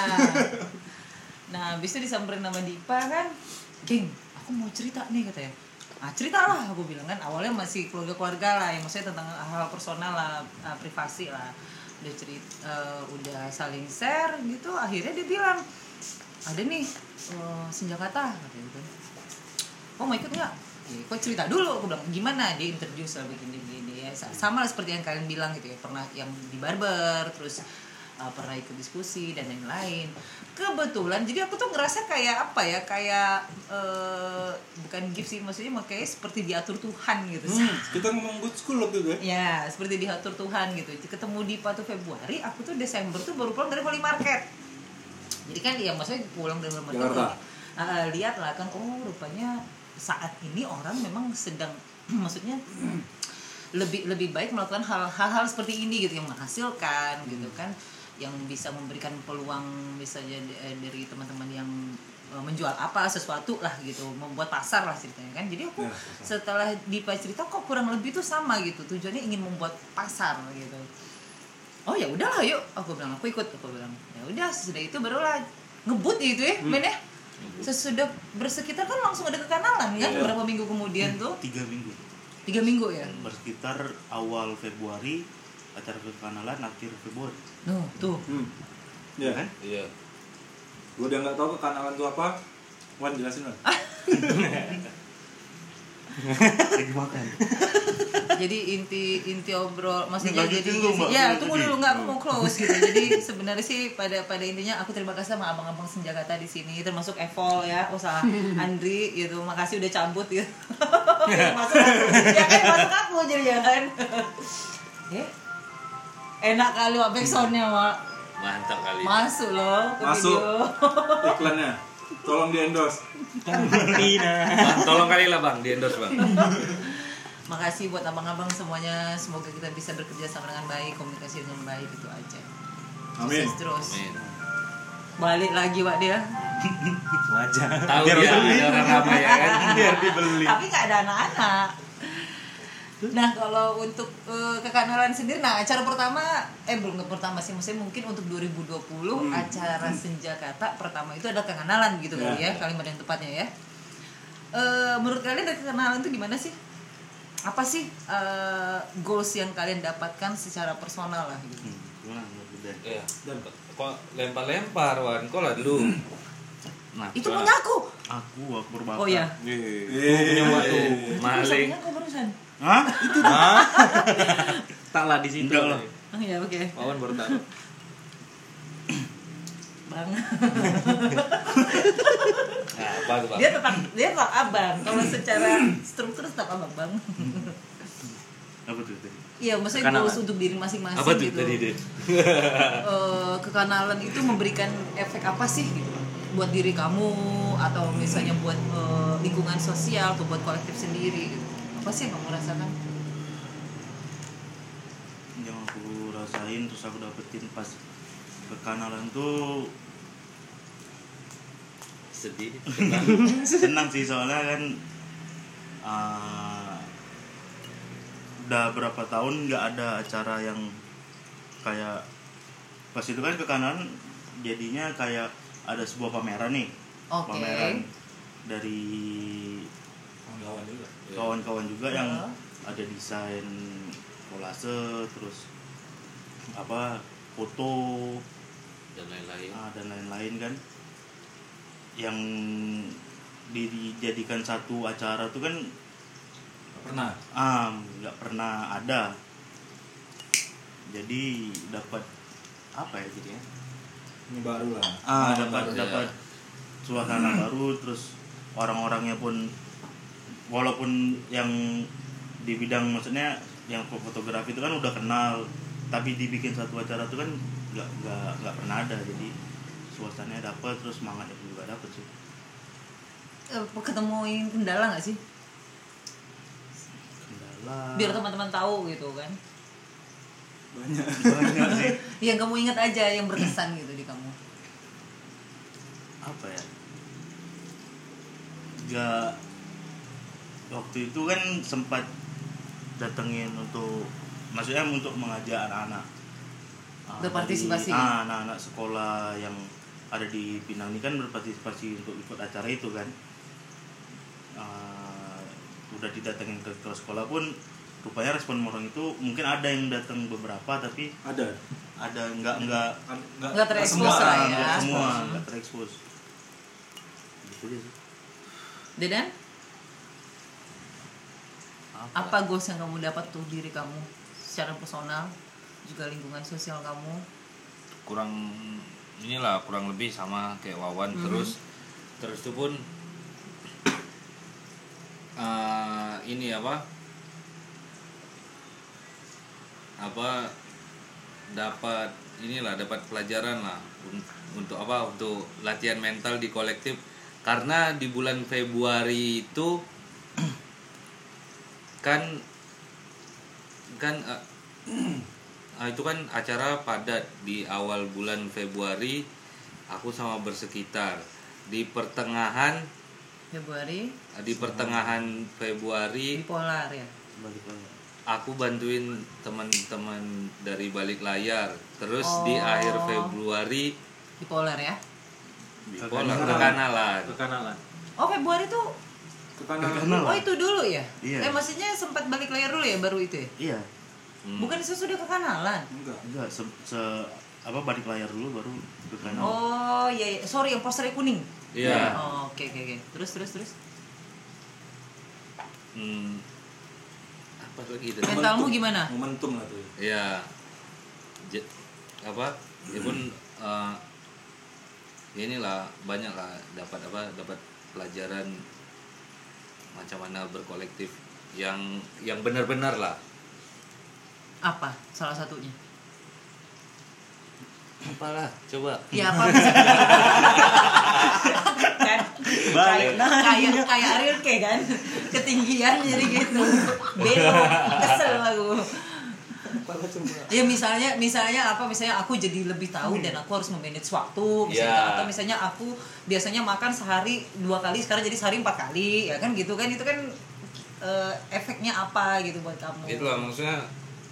Nah, habis itu disamperin sama Dipa kan, geng, aku mau cerita nih katanya. Ah, ceritalah aku bilang kan, awalnya masih keluarga-keluarga lah, yang maksudnya tentang hal personal lah, uh, privasi lah. Udah cerita, uh, udah saling share gitu, akhirnya dia bilang, ada nih uh, Senjakata katanya gitu. Oh mau ikut nggak? Ya, kok cerita dulu, aku bilang gimana, dia introduce lah begini-begini ya, sama lah seperti yang kalian bilang gitu ya, pernah yang di barber, terus uh, pernah ikut diskusi dan lain-lain. Kebetulan jadi aku tuh ngerasa kayak apa ya, kayak uh, bukan gift sih, maksudnya makanya seperti diatur Tuhan gitu. Hmm, kita ngomong good school waktu itu ya? Ya seperti diatur Tuhan gitu. Ketemu di satu Februari, aku tuh Desember tuh baru pulang dari Poly Market. Jadi kan ya maksudnya pulang dari Poly Market, uh, lihat lah kan, oh rupanya saat ini orang memang sedang maksudnya lebih lebih baik melakukan hal-hal seperti ini gitu, yang menghasilkan gitu kan, yang bisa memberikan peluang misalnya dari teman-teman yang menjual apa sesuatu lah gitu, membuat pasar lah ceritanya kan. Jadi aku ya, setelah Dipa cerita kok kurang lebih tuh sama gitu, tujuannya ingin membuat pasar gitu. Oh ya udahlah yuk, aku bilang aku ikut, aku bilang ya udah, sesudah itu barulah ngebut itu ya hmm. mainnya. Sesudah bersekitar kan langsung ada kekanalan kan, yeah. Beberapa minggu kemudian tuh tiga minggu tiga minggu ya, bersekitar awal Februari acara kekanalan, akhir Februari. No, tuh hmm. ya kan iya, gue udah nggak tahu kekanalan itu apa. Wan jelasin lah. Lagi makan. Jadi inti inti obrol maksudnya nggak jadi gitu, Mbak. ya tunggu dulu, nggak aku mau close gitu. Jadi sebenarnya sih pada pada intinya aku terima kasih sama abang-abang Senjakata di sini, termasuk Evol ya, usaha Andri gitu, makasih udah cabut gitu. Masuk aku ya kan, masuk aku jadi jangan ya enak kali wak backsoundnya wak, mantap kali masuk loh ke masuk video. iklannya tolong di endorse. Bang, tolong kali lah bang di endorse bang. Makasih buat abang-abang semuanya, semoga kita bisa bekerja sama dengan baik, komunikasi dengan baik, itu aja. Amin. Sukses terus. Amin. Balik lagi Pak dia. Wajar. Tahu dia ada orang ramai ya kan. Biar dibeli. Tapi nggak ada anak-anak. Nah kalau untuk uh, kekanalan sendiri, nah acara pertama, eh belum pertama sih, maksudnya mungkin untuk dua ribu dua puluh hmm. acara Senjakata pertama itu adalah kekanalan gitu kali ya, ya, kalimat yang tepatnya ya. Uh, menurut kalian dari kekanalan itu gimana sih? Apa sih uh, goals yang kalian dapatkan secara personal lah gitu? Hmm, gimana menurut Dede? Iya. Dan kok lempar-lempar Wan, kok lah dulu. Nah, itu punya aku. Aku, aku berbakar. Oh ya. Punya waktu maling. Aku barusan. Hah? Itu ah. Tak lah di situ. Enggak lah. Oh ya oke. Okay. Wawan baru tahu. Bang. Nah, apa tuh bang? Dia tetap dia tetap abang. Kalau secara struktur tetap abang bang. Apa tuh tadi? Iya, maksudnya goals untuk diri masing-masing apa tuh gitu. tadi deh? uh, kekanalan itu memberikan efek apa sih gitu buat diri kamu, atau misalnya buat uh, lingkungan sosial atau buat kolektif sendiri gitu. Apa sih yang kamu rasakan? Yang aku rasain terus aku dapetin pas kekanalan tuh Sedih. senang sih, soalnya kan uh, udah berapa tahun nggak ada acara yang kayak pas itu kan kekanalan jadinya kayak ada sebuah pameran nih. Okay. Pameran dari Kawan juga. kawan-kawan juga Ya. yang ada desain kolase, terus apa foto Dan lain-lain. ah, dan lain-lain kan, yang dijadikan satu acara tuh kan Pernah. ah nggak pernah ada. Jadi dapat apa ya jadinya? Ini baru lah. Ah Oh, dapat baru, dapat ya. suasana baru, terus orang-orangnya pun walaupun yang di bidang maksudnya yang fotografi itu kan udah kenal, tapi dibikin satu acara itu kan nggak nggak nggak pernah ada. Jadi suasananya dapat, terus semangatnya pun juga dapat sih. Uh, ketemuin kendala nggak sih? Kendala Biar teman-teman tahu gitu kan. Banyak. banyak sih. Yang kamu ingat aja, yang berkesan gitu di kamu. Apa ya, nggak waktu itu kan sempat datengin untuk maksudnya untuk mengajak anak-anak ah, Berpartisipasi. dari- ah, anak-anak sekolah yang ada di Pinang ini kan berpartisipasi untuk ikut acara itu kan. Ah, udah didatengin ke, ke sekolah pun rupanya respon orang itu mungkin ada yang datang beberapa tapi Ada. ada nggak nggak Nggak terekspos semua. lah ya. nggak semua nggak terekspos gitu aja sih. Dedan, apa goals yang kamu dapat tuh diri kamu secara personal juga lingkungan sosial kamu? Kurang inilah kurang lebih sama kayak Wawan. Mhm. terus terus itu pun eh, ini apa apa dapat inilah dapat pelajaran lah un- untuk apa untuk latihan mental di kolektif karena di bulan Februari itu kan kan eh, Nah, itu kan acara padat di awal bulan Februari, aku sama bersekitar di pertengahan Februari di pertengahan Februari bipolar ya. Balik lagi. aku bantuin teman-teman dari balik layar. Terus Oh. di akhir Februari Bipolar ya. bipolar Kekanalan. kekanalan. Kekanalan. Oh Februari tuh. Kekanalan. Oh itu dulu ya? Iya. Eh maksudnya sempat balik layar dulu ya baru itu ya? Iya Hmm. Bukan itu sudah kekanalan. Enggak. enggak se, se- apa balik layar dulu baru ke kanan. Oh iya, iya. Sorry yang posternya kuning. Iya. Oh oke oke oke. Terus terus terus. Hmm. Apa lagi tadi? Mentalmu gimana? Momentum lah tuh. Iya. J- apa? Ya pun eh, inilah banyak lah dapat apa dapat pelajaran macam mana berkolektif yang yang benar-benar lah. Apa salah satunya? Apalah, coba. Ya apa? kan kayak kayak kayak Ariel kayak kan ketinggian jadi gitu belok kesel aku. Ya misalnya misalnya apa misalnya aku jadi lebih tahu dan aku harus memanage waktu misalnya Ya. atau misalnya aku biasanya makan sehari dua kali sekarang jadi sehari empat kali ya kan gitu kan itu kan eh, efeknya apa gitu buat kamu. Itulah maksudnya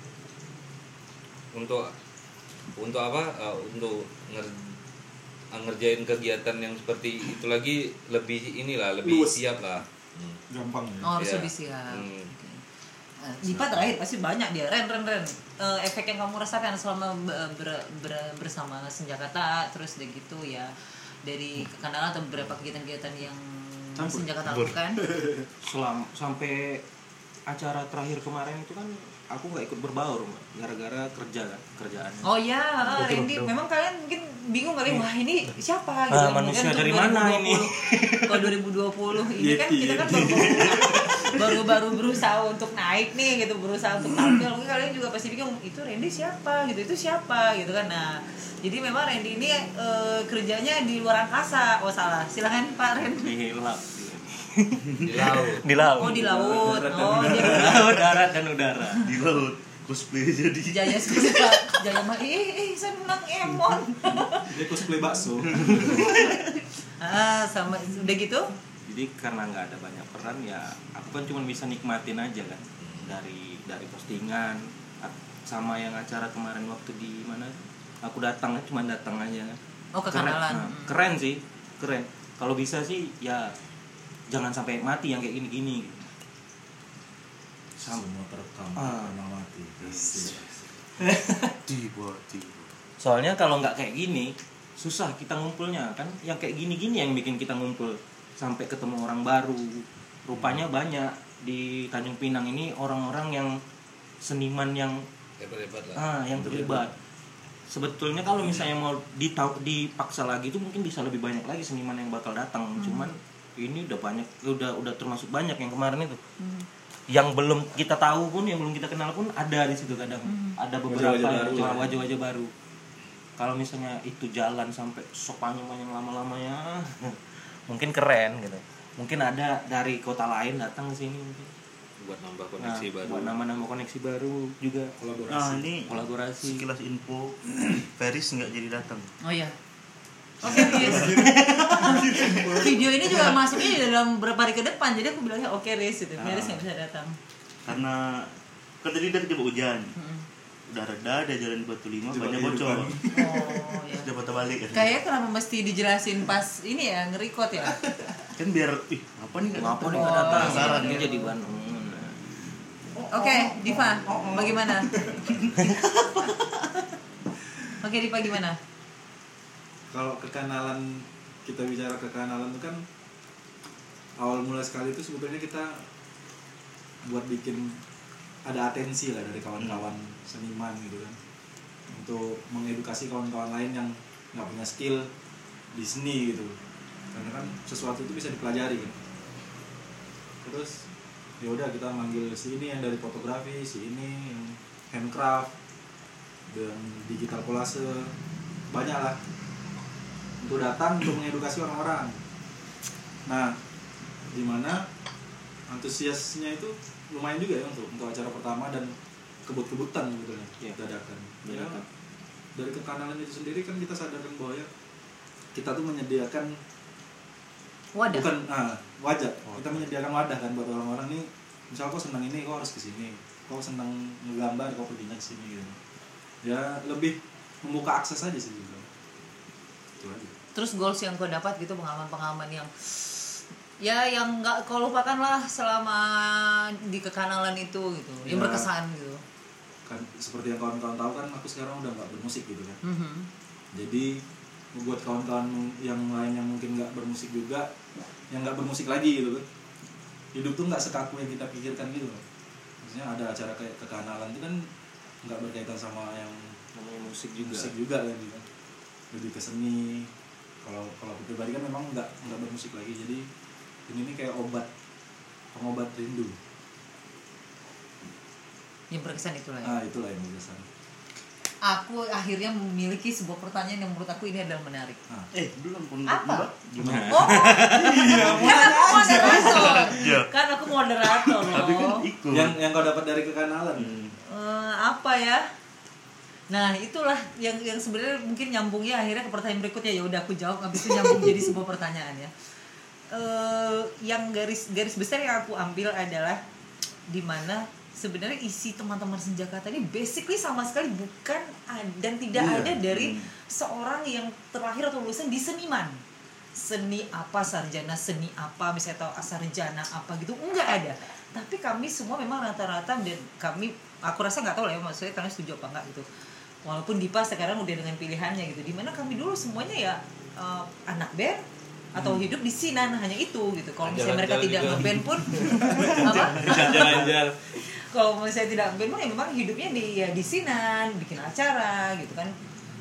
untuk untuk apa? eh, untuk nger- ngerjain kegiatan yang seperti itu lagi lebih inilah lebih Luas. siap lah. Hmm. Gampang ya. Oh, harus Iya. lebih siap. Hmm. Oke. Nah, Dipa terakhir pasti banyak dia. Ren, Ren, Ren. Eh, efek yang kamu rasakan selama be- ber- ber- bersama Senjakata, terus udah gitu ya dari kekanalan atau beberapa kegiatan-kegiatan yang Campur. Senjakata lakukan. Selam sampai acara terakhir kemarin itu kan aku nggak ikut berbaur Mbak, gara-gara kerja kan kerjaan. Oh ya, ah, Randy, memang kalian mungkin bingung kali, wah ini siapa gitu. Ah, kan. manusia Mungkin dari untuk mana dua ribu dua puluh, ini? Kalau dua ribu dua puluh ini kan Yeti, kita kan Yeti. baru baru-baru berusaha untuk naik nih gitu, berusaha untuk tampil. Mungkin kalian juga pasti bingung, itu Randy siapa gitu, itu siapa gitu kan. Nah, jadi memang Randy ini eh, kerjanya di luar angkasa. Oh salah, silakan Pak Ren. Di laut. Di laut. Di laut. Oh di laut. Oh dia Laut, darat dan udara. Di laut cosplay jadi. Jaya suka Jaya mah ih, ih saya menang Emon. Dia cosplay bakso. Ah sama udah gitu. Jadi karena nggak ada banyak peran ya aku kan cuma bisa nikmatin aja kan dari dari postingan at- sama yang acara kemarin waktu di mana aku datang cuma datang aja kan. Oh Keren, kekanalan. nah, keren sih keren kalau bisa sih ya jangan sampai mati yang kayak gini-gini gitu. Sam- Semua terekam Ah. pernah mati. Tiba tiba. soalnya kalau nggak kayak gini susah kita ngumpulnya kan yang kayak gini-gini yang bikin kita ngumpul sampai ketemu orang baru rupanya banyak di Tanjung Pinang ini orang-orang yang seniman yang Hebat-hebat lah. ah yang terlibat sebetulnya kalau misalnya mau ditau, dipaksa lagi itu mungkin bisa lebih banyak lagi seniman yang bakal datang cuman ini udah banyak udah udah termasuk banyak yang kemarin itu Hmm. yang belum kita tahu pun yang belum kita kenal pun ada di situ kadang ada beberapa Wajah-wajah yang baru cuma ya. wajah-wajah baru kalau misalnya itu jalan sampai sok panjang-panjang lama-lamanya mungkin keren gitu mungkin ada dari kota lain datang ke sini mungkin Buat nambah nah, koneksi baru. buat nama-nama koneksi baru juga Kolaborasi. Nah ini kolaborasi sekilas info Feris nggak jadi datang. Oh iya. Oke, Fis. Video ini juga masuknya di dalam beberapa hari ke depan, jadi aku bilangnya oke Riz gitu. Ah. Riz nggak bisa datang. Karena kan tadi udah kejebak hujan. Hmm. Udah reda, ada jalan Batu Lima, Jebak banyak kehidupan. bocor. Oh ya. Sudah patah balik kan. Kayaknya kenapa mesti dijelasin pas ini ya nge-record ya? Kan biar, ih apa nih nggak Ngapa datang? nih nggak datang? Penasaran Ini ya. jadi bahan. Oke, Diva, bagaimana? Oke, Diva gimana? Kalau kekanalan, kita bicara kekanalan itu kan awal mulai sekali itu sebetulnya kita buat bikin ada atensi lah dari kawan-kawan seniman gitu kan, untuk mengedukasi kawan-kawan lain yang nggak punya skill di seni gitu, karena kan sesuatu itu bisa dipelajari kan. Terus ya udah kita manggil si ini yang dari fotografi, si ini yang handcraft dan digital collage, banyak lah, untuk datang untuk mengedukasi orang-orang. Nah, dimana antusiasnya itu lumayan juga ya untuk untuk acara pertama dan kebut-kebutan sebetulnya, Iya. dadakan. Dadakan. Ya, dari kekanalan itu sendiri kan kita sadarkan bahwa ya kita tuh menyediakan Wadah. bukan ah, wadah. Kita menyediakan wadah kan buat orang-orang nih. Misal kau senang ini, kau harus kesini. Kau senang menggambar, kau perginya kesini gitu. Ya lebih membuka akses aja sih gitu. Itu aja. Terus goals yang kau dapat gitu, pengalaman-pengalaman yang ya yang nggak kau lupakan lah selama di kekanalan itu gitu, yang Ya. berkesan gitu. Kan seperti yang kawan-kawan tahu kan aku sekarang udah nggak bermusik gitu kan. Mhm. Jadi buat kawan-kawan yang lain yang mungkin nggak bermusik juga, yang nggak bermusik lagi gitu kan, hidup tuh nggak sekaku yang kita pikirkan gitu loh. Maksudnya ada acara kayak kekanalan itu kan nggak berkaitan sama yang Namanya musik juga. musik juga kan gitu kan, lebih ke seni. Kalau kalau aku pribadi kan memang nggak nggak bermusik lagi, jadi ini nih kayak obat, pengobat rindu. Yang berkesan itulah ya. Ah itulah yang berkesan. Aku akhirnya memiliki sebuah pertanyaan yang menurut aku ini adalah menarik. Ah. Eh belum pun Apa? Mbak. Gimana? Oh, kan aku moderator. Iya. Kan aku moderator loh. Tapi kan ikut. Yang yang kau dapat dari kekanalan. Hmm. Eh, apa ya? Nah itulah yang yang sebenarnya mungkin nyambungnya akhirnya ke pertanyaan berikutnya. Ya udah aku jawab, habis itu nyambung jadi sebuah pertanyaan ya. Eh, yang garis garis besar yang aku ambil adalah di mana sebenarnya isi teman-teman Senjakata ini basically sama sekali bukan ad- dan tidak Iya. ada dari Hmm. seorang yang terlahir atau lulusan di seniman. Seni apa, sarjana seni apa, misalnya tahu sarjana apa gitu, enggak ada. Tapi kami semua memang rata-rata, dan kami, aku rasa nggak tahu lah ya, maksudnya kalian setuju apa enggak gitu. Walaupun Dipa sekarang udah dengan pilihannya gitu, dimana kami dulu semuanya ya eh, anak band atau hidup di sinan, hanya itu gitu. Kalau misalnya mereka Jalan-jalan tidak juga. ngeband pun apa? Jalan-jalan. Kalau misalnya tidak ngeband pun ya memang hidupnya di ya di sinan, bikin acara gitu kan.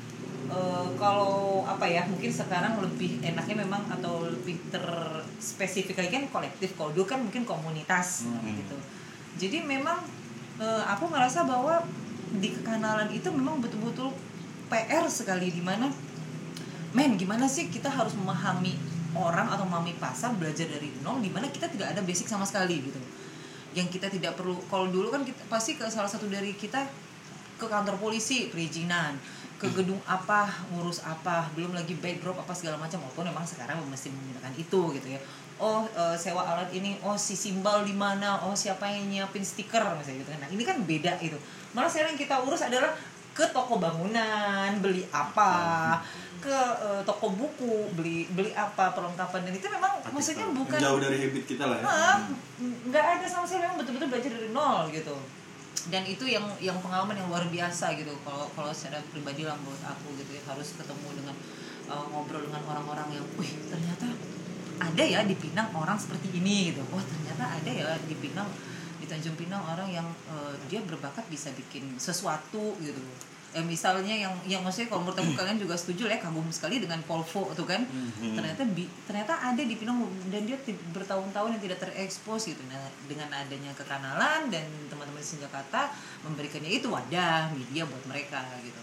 Eh, kalau apa ya, mungkin sekarang lebih enaknya memang atau lebih terspesifik lagi kan kolektif. Kalau dulu kan mungkin komunitas Hmm. gitu. Jadi memang eh, aku ngerasa bahwa di kekanalan itu memang betul-betul P R sekali, di mana men gimana sih kita harus memahami orang atau memahami pasar, belajar dari nol, di mana kita tidak ada basic sama sekali gitu. Yang kita tidak perlu, kalau dulu kan kita pasti ke salah satu dari kita ke kantor polisi perizinan, ke gedung apa ngurus apa, belum lagi backdrop apa segala macam, walaupun memang sekarang mesti menggunakan itu gitu ya. Oh e, sewa alat ini, oh si simbal di mana, oh siapa yang nyiapin stiker misalnya gitu kan. Nah ini kan beda itu. Malah sekarang yang kita urus adalah ke toko bangunan beli apa, ke e, toko buku beli beli apa perlengkapan, dan itu memang maksudnya bukan Jauh dari habit kita lah ya. Ah, nggak ada sama sekali, memang betul-betul belajar dari nol gitu. Dan itu yang yang pengalaman yang luar biasa gitu. Kalau kalau secara pribadi lah buat aku gitu ya, harus ketemu dengan uh, ngobrol dengan orang-orang yang, wih ternyata ada ya di Pinang orang seperti ini gitu. Wah ternyata ada ya di Pinang, di Tanjung Pinang orang yang uh, dia berbakat bisa bikin sesuatu gitu. Eh, misalnya yang yang maksudnya kalau menurut aku kalian juga setuju lah ya, kagum sekali dengan Polvo itu kan. Hmm. Ternyata bi, ternyata ada di Pinang dan dia ti- bertahun-tahun yang tidak terekspos gitu. Nah, dengan adanya kekanalan dan teman-teman Senjakata memberikannya itu wadah media buat mereka gitu.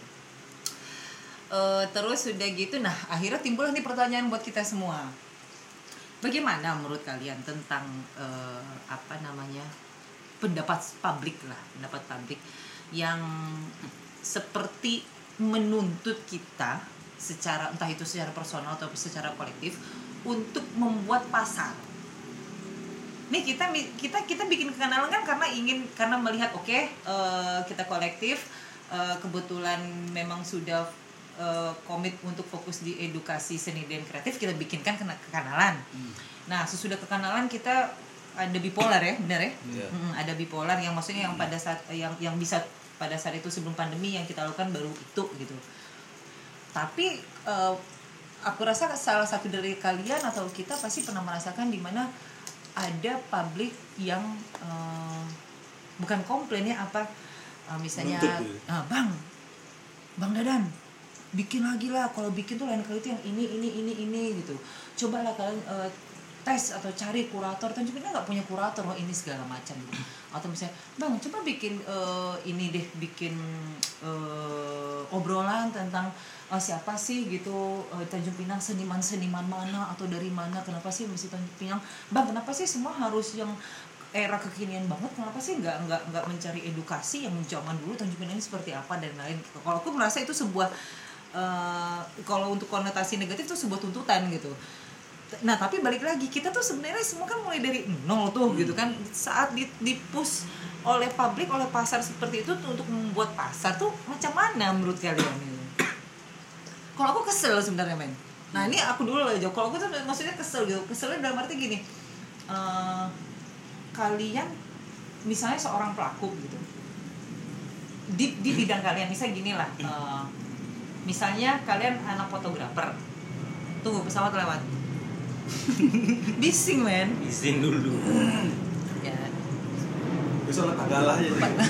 E, terus sudah gitu, nah akhirnya timbul nih pertanyaan buat kita semua. Bagaimana menurut kalian tentang e, apa namanya pendapat publik lah, pendapat publik yang seperti menuntut kita secara entah itu secara personal atau secara kolektif untuk membuat pasar. Nih kita kita kita bikin kenalan kan karena ingin karena melihat oke okay, uh, kita kolektif uh, kebetulan memang sudah uh, komit untuk fokus di edukasi seni dan kreatif, kita bikinkan kenalan. Hmm. Nah sesudah kenalan kita ada bipolar ya, benar ya? Yeah. Hmm, ada bipolar yang maksudnya yang pada saat yang yang bisa pada saat itu sebelum pandemi yang kita lakukan baru itu gitu. Tapi uh, aku rasa salah satu dari kalian atau kita pasti pernah merasakan di mana ada publik yang uh, bukan komplain ya apa uh, misalnya uh, bang bang Dadan bikin lagi lah, kalau bikin tuh lain kali itu yang ini ini ini ini gitu. Coba lah kalian uh, tes atau cari kurator, Tanjung Pinang nggak punya kurator, oh ini segala macam gitu. Atau misalnya bang coba bikin uh, ini deh bikin uh, obrolan tentang uh, siapa sih gitu uh, Tanjung Pinang, seniman-seniman mana atau dari mana, kenapa sih mesti Tanjung Pinang, bang kenapa sih semua harus yang era kekinian banget, kenapa sih nggak nggak nggak mencari edukasi yang zaman dulu Tanjung Pinang ini seperti apa dan lain. Kalau aku merasa itu sebuah uh, kalau untuk konotasi negatif itu sebuah tuntutan gitu. Nah tapi balik lagi kita tuh sebenarnya semua kan mulai dari nol tuh hmm. gitu kan, saat dipush oleh publik oleh pasar seperti itu tuh, untuk membuat pasar tuh macam mana menurut kalian ini? Kalau aku kesel sebenarnya men. Nah ini aku dulu aja. Kalau aku tuh maksudnya kesel gitu. Keselnya dalam arti gini, uh, kalian misalnya seorang pelaku gitu di di bidang kalian, misalnya gini lah, uh, misalnya kalian anak fotografer, tunggu pesawat lewat. Bising men. Bising dulu. Ya. Besok lah tanggal aja.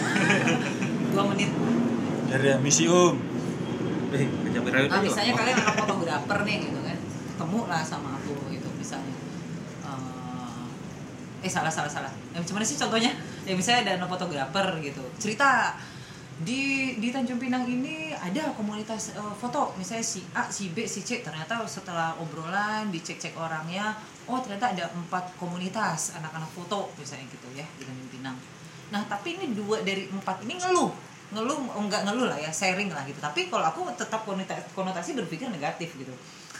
Dua menit. Dari misi om. Eh, kecapean. Nah misalnya kalian anak fotografer nih gitu kan, ketemu lah sama aku gitu misalnya. Uh, eh salah salah salah. Eh, gimana sih contohnya? Ya misalnya ada anak fotografer gitu. Cerita di di Tanjung Pinang ini ada komunitas uh, foto, misalnya si A, si B, si C. Ternyata setelah obrolan dicek-cek orangnya, oh ternyata ada empat komunitas anak-anak foto misalnya gitu ya di Tanjung Pinang. Nah tapi ini dua dari empat ini ngeluh ngeluh oh, enggak ngeluh lah ya, sharing lah gitu. Tapi kalau aku tetap konotasi, konotasi berpikir negatif gitu.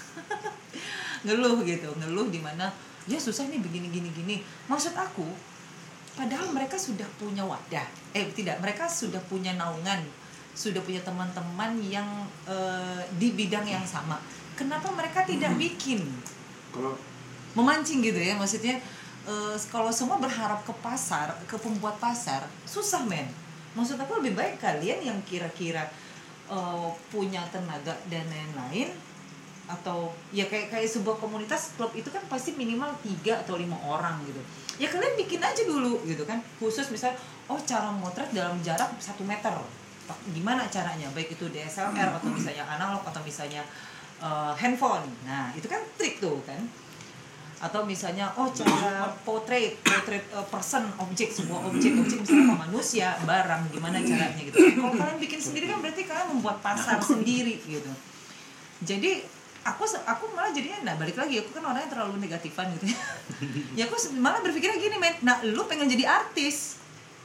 Ngeluh gitu, ngeluh di mana ya susah nih begini gini gini. Maksud aku padahal mereka sudah punya wadah, eh tidak, mereka sudah punya naungan, sudah punya teman-teman yang uh, di bidang yang sama. Kenapa mereka tidak bikin? Kalau memancing gitu ya, maksudnya uh, kalau semua berharap ke pasar, ke pembuat pasar, susah men. Maksud aku lebih baik kalian yang kira-kira uh, punya tenaga dan lain-lain, atau ya kayak kayak sebuah komunitas klub itu kan pasti minimal tiga atau lima orang gitu. Ya kalian bikin aja dulu gitu kan, khusus misal oh cara motret dalam jarak satu meter, gimana caranya, baik itu D S L R atau misalnya analog atau misalnya uh, handphone. Nah itu kan trik tuh kan. Atau misalnya oh cara portrait portrait uh, person, objek, sebuah objek objek misalnya manusia, barang, gimana caranya gitu. Kalau kalian bikin sendiri kan berarti kalian membuat pasar sendiri gitu. Jadi aku aku malah jadinya, nah balik lagi aku kan orangnya terlalu negatifan gitu ya. Ya aku malah berpikirnya gini men, nah lu pengen jadi artis,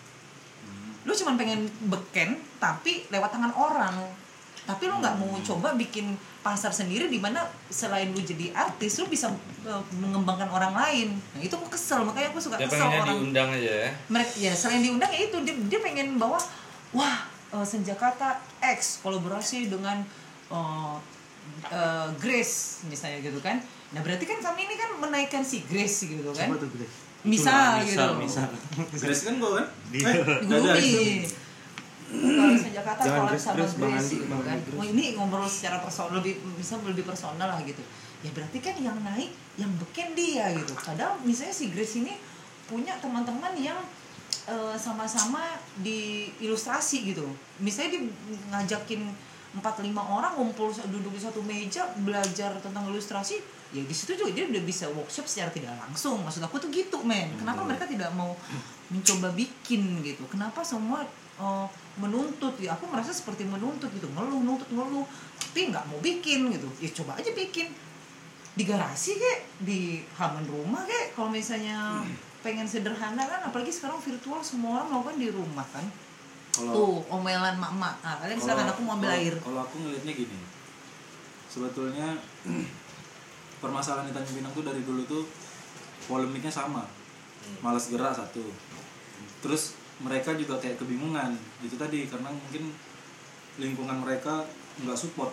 lu cuma pengen beken tapi lewat tangan orang, tapi lu nggak mau coba bikin pasar sendiri di mana selain lu jadi artis lu bisa uh, mengembangkan orang lain. Nah itu aku kesel, makanya aku suka dia kesel orang diundang aja ya. Mereka ya selain diundang ya itu dia, dia pengen bawa wah uh, Senjakata X kolaborasi dengan uh, Uh, Grace misalnya gitu kan. Nah berarti kan kami ini kan menaikkan si Grace gitu kan. Siapa tuh Grace? Misal gitu. Misal. Grace kan gue kan? Dia. Gumi. Kalau Senjakata kolab sama Grace, Grace gitu kan. Oh ini ngobrol secara personal, lebih bisa lebih personal lah gitu. Ya berarti kan yang naik yang beken dia gitu. Padahal misalnya si Grace ini punya teman-teman yang uh, sama-sama di ilustrasi gitu. Misalnya dia ngajakin empat lima orang ngumpul duduk di satu meja belajar tentang ilustrasi, ya di situ juga dia udah bisa workshop secara tidak langsung. Maksud aku tuh gitu men. Kenapa mereka tidak mau mencoba bikin gitu? Kenapa semua uh, menuntut ya? Aku merasa seperti menuntut gitu, ngeluh nuntut ngeluh tapi nggak mau bikin gitu. Ya coba aja bikin di garasi kek, di halaman rumah kek. Kalau misalnya pengen sederhana kan, apalagi sekarang virtual semua orang melakukan di rumah kan. Kalau tuh omelan mak-mak, nah, kalian misalkan aku mau ambil air. Kalau aku ngelihatnya gini, sebetulnya permasalahan di Tanjung Pinang tuh dari dulu tuh polemiknya sama, malas gerak satu, terus mereka juga kayak kebingungan itu tadi karena mungkin lingkungan mereka nggak support.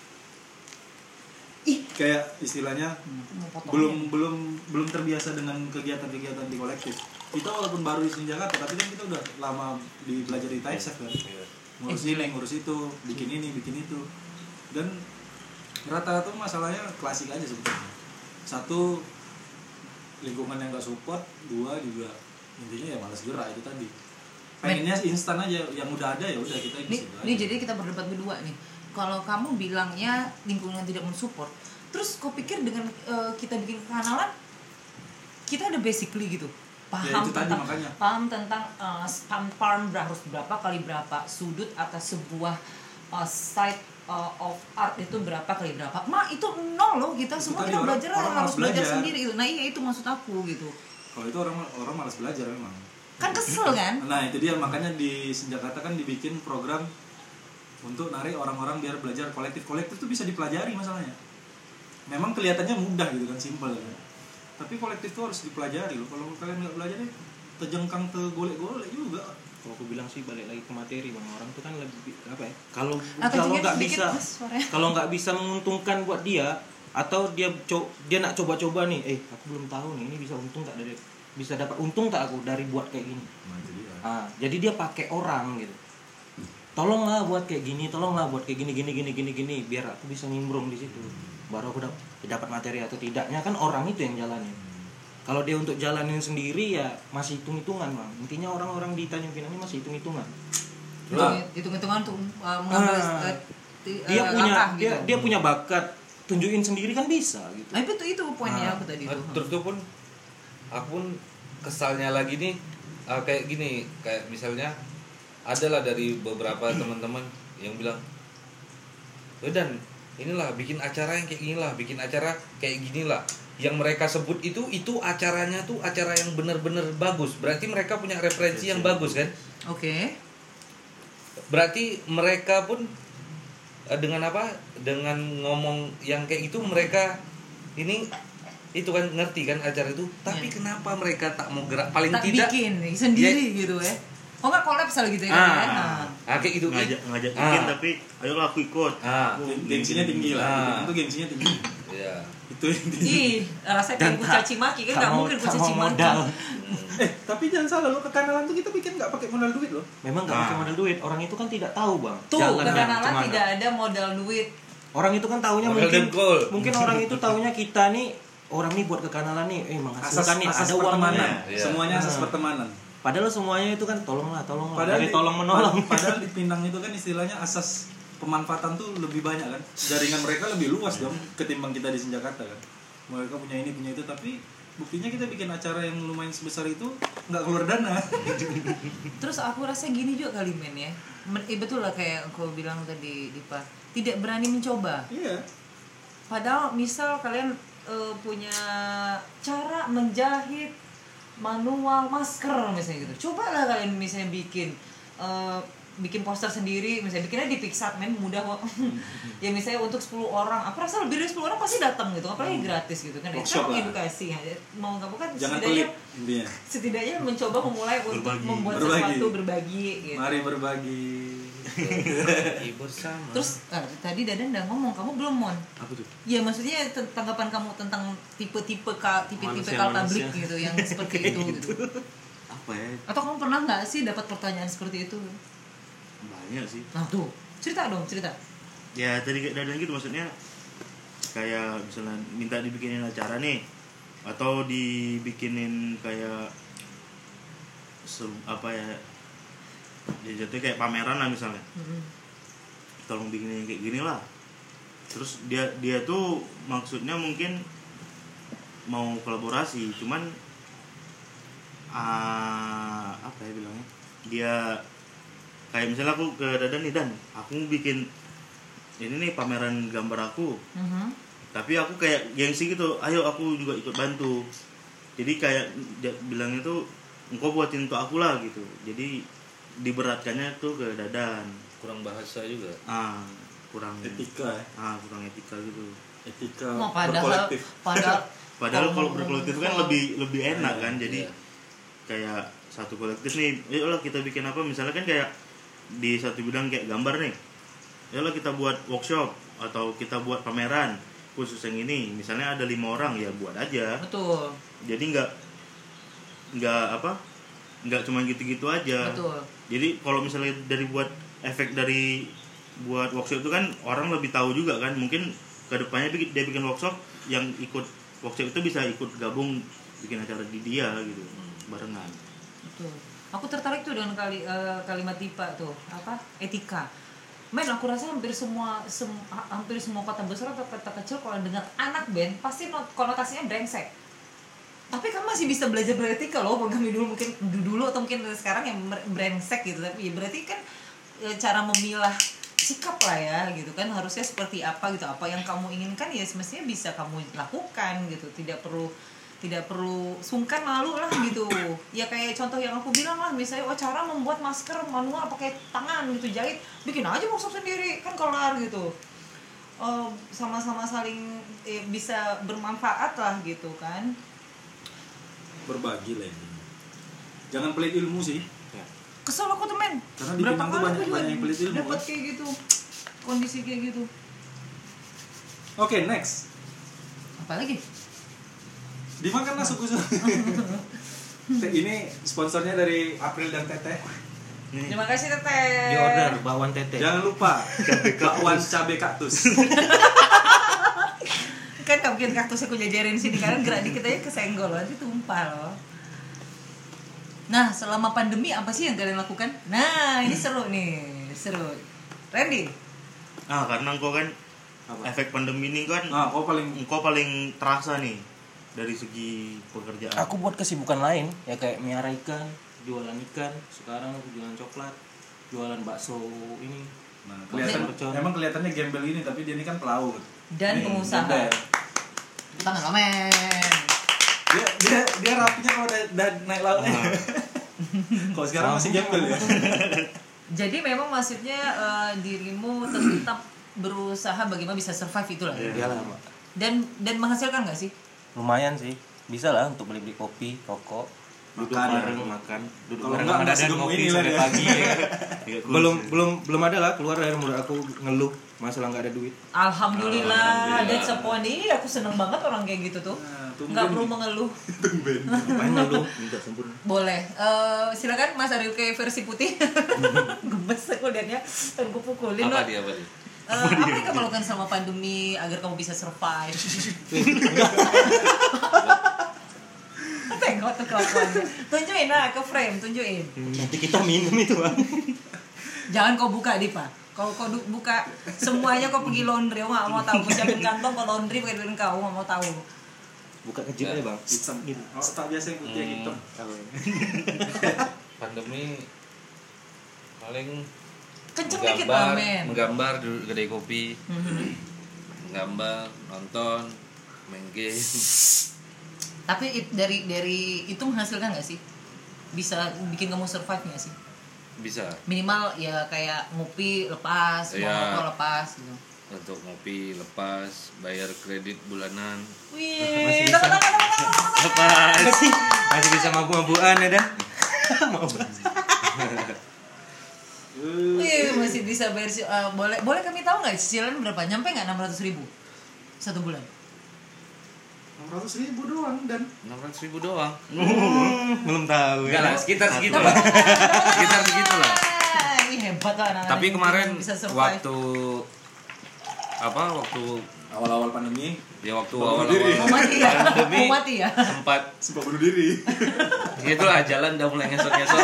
Ih, kayak istilahnya belum belum belum terbiasa dengan kegiatan-kegiatan di kolektif. Kita walaupun baru di Jakarta, tapi kan kita udah lama di belajar di Taisef kan, ngurus ini, ngurus itu, bikin ini, bikin itu, dan rata-rata masalahnya klasik aja sebetulnya. Satu, lingkungan yang nggak support. Dua juga intinya ya malas gerak itu tadi. Pengennya instan aja, yang udah ada ya udah kita ini, ini jadi kita berdebat berdua nih. Kalau kamu bilangnya lingkungan tidak mensupport, terus kau pikir dengan uh, kita bikin kanalan, kita ada basically gitu, paham ya, itu tentang tadi, paham tentang uh, span farm harus berapa kali berapa, sudut atas sebuah uh, site uh, of art itu berapa kali berapa. Ma itu nol loh, kita itu semua tadi kita orang, belajar orang harus belajar belajar sendiri gitu. Nah iya itu maksud aku gitu. Kalau itu orang orang malas belajar memang. Kan kesel kan? Nah itu dia, makanya di Senjakata kan dibikin program untuk narik orang-orang biar belajar kolektif-kolektif tuh bisa dipelajari masalahnya. Memang kelihatannya mudah gitu kan, simpel kan. Tapi kolektif tuh harus dipelajari loh. Kalau kalian nggak pelajari, terjengkang tergolek-golek juga. Kalau aku bilang sih balik lagi ke materi, bang, orang tuh kan lebih apa ya? Kalau Ah, kalau kencingnya nggak sedikit, bisa Mas, suaranya. kalau nggak bisa menguntungkan buat dia, atau dia co- dia nak coba-coba nih, eh aku belum tahu nih ini bisa untung tak dari bisa dapat untung tak aku dari buat kayak gini. Nah, itu dia. Ah, jadi dia pakai orang gitu. Tolonglah buat kayak gini, tolonglah buat kayak gini gini gini gini gini biar aku bisa nimbrung di situ. Baru aku dap- dapat materi atau tidaknya kan orang itu yang jalanin. Kalau dia untuk jalanin sendiri ya masih hitung-hitungan, Bang. Intinya orang-orang di Tanjung Pinang ini masih hitung-hitungan. Nah, hitung-hitungan untuk uh, mengambil Ah, uh, ti- Dia uh, punya langkah dia gitu. dia punya bakat, tunjukin sendiri kan bisa gitu. Nah, itu itu poinnya Ah. aku tadi Nah, itu. terus tuh pun aku pun kesalnya lagi nih uh, kayak gini, kayak misalnya adalah dari beberapa teman-teman yang bilang, dan inilah bikin acara yang kayak ginilah, bikin acara kayak ginilah. Yang mereka sebut itu itu acaranya tuh acara yang benar-benar bagus. Berarti mereka punya referensi yang bagus kan? Oke. Berarti mereka pun uh, dengan apa? Dengan ngomong yang kayak itu mereka ini itu kan ngerti kan acara itu, tapi Ya. kenapa mereka tak mau gerak paling Tak tidak bikin nih, sendiri gitu ya. Oh nggak kolaps gitu ya kan? ah, Nah. ah kayak gitu ngajak ngajak Ah. bikin tapi ayolah aku ikut. Ah. Aku Geng- gengsinya tinggi lah. Ah. Itu gengsinya tinggi. ya. Itu intinya. Ih, rasanya kayak ku caci maki kan nggak mungkin ku caci maki. Eh, tapi jangan salah lo, kekanalan tuh kita bikin nggak pakai modal duit loh. Memang nggak Nah. pakai modal duit. Orang itu kan tidak tahu, Bang. Tuh, jalannya kekanalan kemana. tidak ada modal duit. Orang itu kan taunya Modal mungkin dengkul. mungkin orang itu taunya kita nih orang nih buat kekanalan nih, eh Asas, menghasilkan nih asas ada uangnya. pertemanan. Iya. Semuanya asas Ah. pertemanan. Padahal semuanya itu kan tolonglah, tolonglah. Padahal Dari di- tolong menolong. pad- Padahal di Pinang itu kan istilahnya asas pemanfaatan tuh lebih banyak kan. Jaringan mereka lebih luas dong ketimbang kita di Senjakarta kan. Mereka punya ini punya itu, tapi buktinya kita bikin acara yang lumayan sebesar itu nggak keluar dana. Terus aku rasa gini juga kali men ya. Men- eh, betul lah kayak kau bilang tadi Dipa. Tidak berani mencoba. Iya. Padahal misal kalian eh, punya cara menjahit manual masker misalnya gitu. Cobalah kalian misalnya bikin eh, bikin poster sendiri, misalnya bikinnya di Pixar, men mudah kok. Ya misalnya untuk sepuluh orang, aku rasa lebih dari sepuluh orang pasti datang gitu, apalagi gratis gitu kan. Itu Workshop lah. edukasi ya. Mau nggak bukan Jangan setidaknya pelit intinya. setidaknya mencoba memulai untuk Berbagi. membuat Berbagi. sesuatu berbagi gitu. Mari berbagi. bersama. Terus ah, tadi Dadan udah ngomong, kamu belum mon? Apa tuh? Ya maksudnya t- tanggapan kamu tentang tipe-tipe ka, tipe-tipe Manusia, kaltablik manusia. gitu yang seperti itu gitu. Apa ya? Atau kamu pernah nggak sih dapat pertanyaan seperti itu? Banyak sih. Nah tuh, cerita dong, cerita. Ya tadi kayak Dadan gitu, maksudnya kayak misalnya minta dibikinin acara nih, atau dibikinin kayak se- apa ya, ya jatuhnya kayak pameran lah misalnya, Mm-mm. tolong bikinin kayak gini lah. Terus dia dia tuh maksudnya mungkin mau kolaborasi, cuman ah, apa ya bilangnya, dia kayak misalnya aku ke Dadan nih, Dan aku bikin ini nih pameran gambar aku, Mhm. tapi aku kayak gengsi gitu, ayo aku juga ikut bantu. Jadi kayak ja- bilangnya tuh engkau buatin untuk aku lah gitu. Jadi diberatkannya tuh ke Dadan. kurang bahasa juga. Ah, kurang Etika ya. ah kurang etika gitu. Etika Mau padahal berkolektif. padahal Padahal kalau mau- berkolektif kan kalau- lebih lebih enak kan. Jadi Iya. kayak satu kolektif nih, ya Allah kita bikin apa misalnya kan kayak di satu bidang kayak gambar nih. Ya Allah kita buat workshop atau kita buat pameran khusus yang ini. Misalnya ada lima orang ya buat aja. betul Jadi nggak nggak apa nggak cuma gitu-gitu aja. betul Jadi kalau misalnya dari buat efek dari buat workshop itu kan orang lebih tahu juga kan, mungkin kedepannya bikin- dia bikin workshop yang ikut workshop itu bisa ikut gabung bikin acara di dia gitu barengan. betul aku tertarik tuh dengan kali eh, kalimat Tipa tuh apa etika. Men, aku rasa hampir semua sem, ha- hampir semua kota besar atau kota kecil kalau dengar anak band pasti not- konotasinya brengsek. Tapi kamu masih bisa belajar beretika loh, bukan kami dulu mungkin dulu atau mungkin sekarang yang ber- brengsek gitu. Tapi ya berarti kan e, cara memilah sikap lah ya gitu kan, harusnya seperti apa gitu, apa yang kamu inginkan ya semestinya bisa kamu lakukan gitu, tidak perlu tidak perlu sungkan malu lah gitu. Ya kayak contoh yang aku bilang lah, misalnya oh cara membuat masker manual pakai tangan gitu, jahit, bikin aja workshop sendiri kan kelar gitu. Oh, sama-sama saling eh, bisa bermanfaat lah gitu kan. Berbagi lah intinya. Jangan pelit ilmu sih. Kesel aku tuh men, Karena di Pinang tuh banyak- aku juga banyak yang pelit ilmu, dapat kan? kayak gitu, kondisi kayak gitu. Oke, next. Apalagi Dimakan lah suku-suku. Ini sponsornya dari April dan Teteh. Nih, terima kasih Teteh. Di order bakwan tete. Jangan lupa bakwan cabe kaktus. Kan gak mungkin kaktusnya aku jajarin sini karena gerak dikit aja kesenggol loh, nanti tumpah loh. Nah, selama pandemi apa sih yang kalian lakukan? Nah, ini seru nih, seru. Randy, ah karena engkau kan Apa? efek pandemi ini kan Nah, kau paling engkau paling terasa nih dari segi pekerjaan. Aku buat kesibukan lain ya kayak miara ikan, jualan ikan. Sekarang aku jualan coklat, jualan bakso ini. nah, kelihatan Mercon. emang kelihatannya gembel ini tapi dia ini kan pelaut. dan Nih, pengusaha. gembel. Tangan komen. Dia dia dia rapinya kalau udah, udah naik lautnya. Kalau sekarang masih gembel ya. Jadi memang maksudnya eh, dirimu tetap berusaha bagaimana bisa survive itulah. Iya. Iyalah, Mbak. Dan dan menghasilkan nggak sih? Lumayan sih. Bisa lah untuk beli-beli kopi, rokok, duduk Makan, bareng ya. makan, duduk Kalau bareng enggak, sama enggak Dadan segemuk ngopi ini lah sampai dia. pagi. ya. Iya, kurus. belum belum belum ada lah keluar dari mulut aku ngeluh masalah nggak ada duit. Alhamdulillah, Alhamdulillah. that's a point. Iya, aku seneng banget orang kayak gitu tuh. Nah, tumben. Nggak perlu mengeluh. Main ngeluh. Minta sempurna. Boleh. Eh, silakan Mas Ariuke versi putih. Gemes aku liatnya. Dan gue pukulin Apa loh. dia apa dia? Eh, apa yang kamu lakukan selama pandemi agar kamu bisa survive? Tengok tuh kelakuannya. Tunjukin lah ke frame, tunjukin. Nanti kita minum itu bang. Jangan kau buka Dipa. Kau kau du- buka semuanya kau pergi laundry, aku nggak mau tahu. Kau siapin kantong kau laundry pakai duit kau, nggak mau tahu. Buka kejip aja bang. Hitam. Oh, tak biasa yang putih yang Hmm. hitam. Pandemi paling Kenceng dikit menggambar, lah men. menggambar di kedai kopi, Mhm. menggambar, nonton, main game. Tapi it- dari dari itu menghasilkan nggak sih? Bisa bikin kamu survive nggak sih? Bisa Minimal ya kayak ngopi lepas, mau Iya. rokok lepas gitu. untuk ngopi lepas, bayar kredit bulanan. Wih, Masih tunggu, bisa. tunggu, tunggu, tunggu, tunggu. Apa sih? Masih bisa mabuk-mabukan ya dah. Wih, masih bisa bayar si- eh, boleh boleh kami tahu nggak cicilan berapa? Nyampe nggak enam ratus ribu satu bulan? enam ratus ribu doang dan enam ratus ribu doang. Belum tahu Enggak ya. lah, sekitar segitu lah. Sekitar segitu lah. Ih, hebat lah anak-anak Tapi yang kemarin bisa survive. waktu apa waktu awal-awal pandemi ya waktu Bunuh awal diri. mau mati ya? pandemi Mau mati ya? sempat sempat bunuh diri. gitulah jalan udah mulai ngesot-ngesot.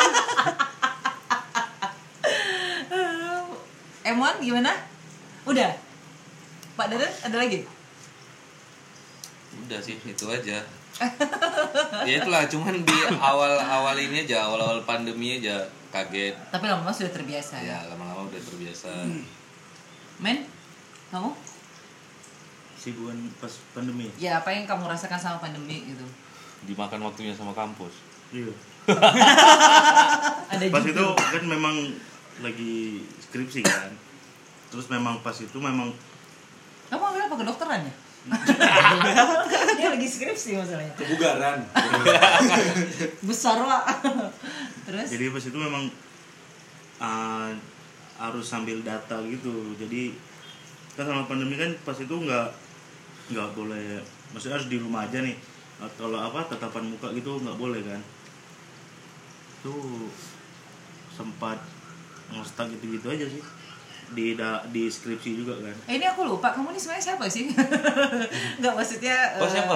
M satu gimana? Udah? Pak Dadan ada lagi? Udah sih itu aja. Ya itulah cuman di awal-awal ini aja awal-awal pandemi aja kaget. Tapi lama-lama sudah terbiasa ya. Ya lama-lama udah terbiasa. Men, kamu? Sibuan pas pandemi. Ya apa yang kamu rasakan sama pandemi gitu? Dimakan waktunya sama kampus. Iya. Ada Pas juga. itu kan memang lagi skripsi kan. terus memang pas itu memang Kamu ambil apa kedokteran ya? Dia lagi skripsi masalahnya. Kebugaran. Besar lah. Terus? jadi pas itu memang uh, harus sambil data gitu. Jadi kan selama pandemi kan pas itu nggak nggak boleh, maksudnya harus di rumah aja nih. Kalau apa tatapan muka gitu nggak boleh kan. Tuh sempat ngestak gitu-gitu aja sih di da, di skripsi juga kan. Eh, ini aku lupa, kamu ini sebenarnya siapa sih? Enggak, maksudnya Oh, eh, siapa?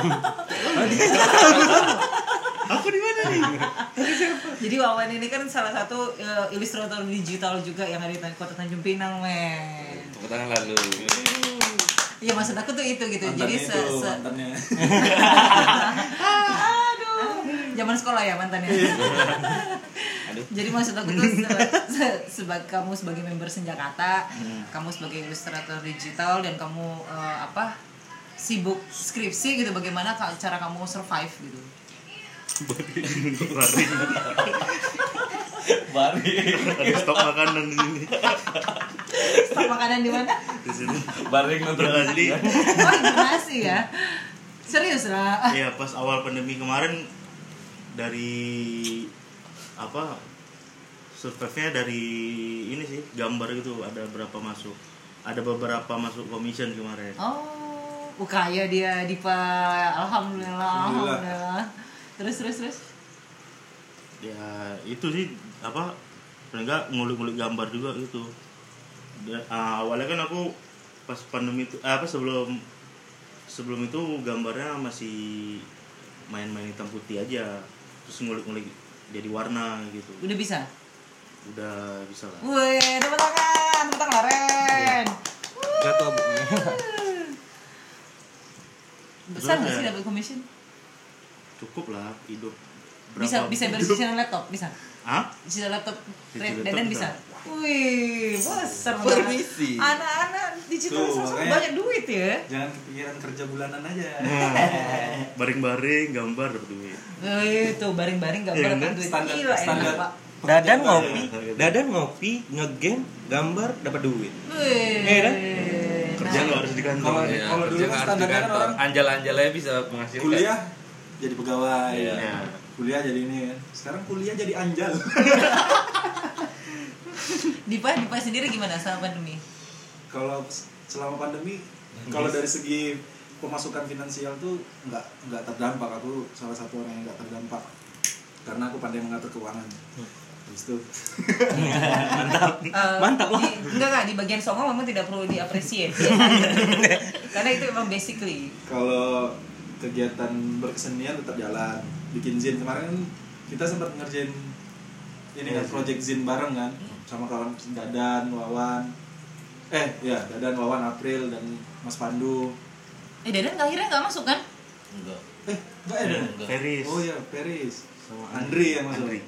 Aku di mana nih? Jadi Wawan ini kan salah satu eh, ilustrator digital juga yang ada di Kota Tanjung Pinang, men. Tepuk tangan lalu. Iya, maksud aku tuh itu gitu. Mantannya Jadi se, itu, se mantannya. aduh, zaman sekolah ya mantannya. Aduh. Jadi maksud aku tuh se- se- sebagai kamu sebagai member Senjakata, Hmm. kamu sebagai ilustrator digital dan kamu eh, apa sibuk skripsi gitu, bagaimana ka- cara kamu survive gitu? Lari. Bari. Ada stok makanan di sini. Stok makanan di mana? Di sini. Baring nonton. Ya, jadi Oh, internasi ya. Serius lah. ya pas awal pandemi kemarin dari apa survive-nya dari ini sih gambar gitu, ada berapa masuk, ada beberapa masuk commission kemarin. Oh, uh, kaya dia Dipa. Alhamdulillah, Alhamdulillah. alhamdulillah. Terus terus terus. Ya itu sih apa paling enggak ngulik-ngulik gambar juga gitu. Da- ah, awalnya kan aku pas pandemi itu eh, apa sebelum sebelum itu gambarnya masih main-main hitam putih aja, terus ngulik-ngulik jadi warna gitu. Udah bisa? Udah bisa lah. Wih, tepuk tangan, tepuk tangan Ren. Jatuh abu. Besar nggak Terus, sih ya. dapat commission? Cukup lah hidup. Bisa bisa bersisihan laptop, bisa. Hah? Cicil laptop, Cicil laptop Deden bisa. bisa. Wih, besar banget. Permisi. Anak-anak digital Tuh, sosok makanya- banyak duit ya. Jangan kepikiran kerja bulanan aja. Baring-baring gambar dapat duit. Eh, itu baring-baring gambar Iya, dapat kan? duit. Standar- Gila standar. enak, Pak. Dadan ngopi, Iya. dadan ngopi, ngegame, gambar, dapat duit. Wih. Iya, kan? Kerja Nah, nggak harus di kantor. Kalau- Ya, kalau dulu kerja kan harus standarnya di kan kantor. orang Anjal-anjal aja bisa menghasilkan. Kuliah jadi pegawai. Iya. Kuliah jadi ini kan. Sekarang kuliah jadi anjal. Dipa, Dipa sendiri gimana selama pandemi? Kalau selama pandemi, kalau dari segi pemasukan finansial tuh nggak nggak terdampak. Aku salah satu orang yang nggak terdampak karena aku pandai mengatur keuangan. Habis itu Eh, Mantap loh. di, enggak enggak di bagian songong memang tidak perlu diapresiasi. Karena itu memang basically. kalau kegiatan berkesenian tetap jalan, bikin zin. Kemarin kan kita sempat ngerjain ini kan project zin bareng kan sama kawan Dadan, Wawan. Eh, ya, Dadan, Wawan, April dan Mas Pandu. Eh, Dadan akhirnya nggak masuk kan? Enggak. Eh, enggak ada. Enggak. Feris. Oh ya, Peris. Sama Andri yang masuk. Andri.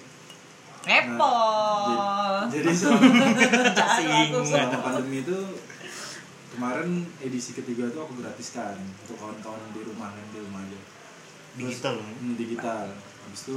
Repot. Jadi selama, Jangan selama pandemi itu kemarin edisi ketiga itu aku gratiskan untuk kawan-kawan di rumah kan di rumah aja. Terus, Digital. hmm, digital. Habis itu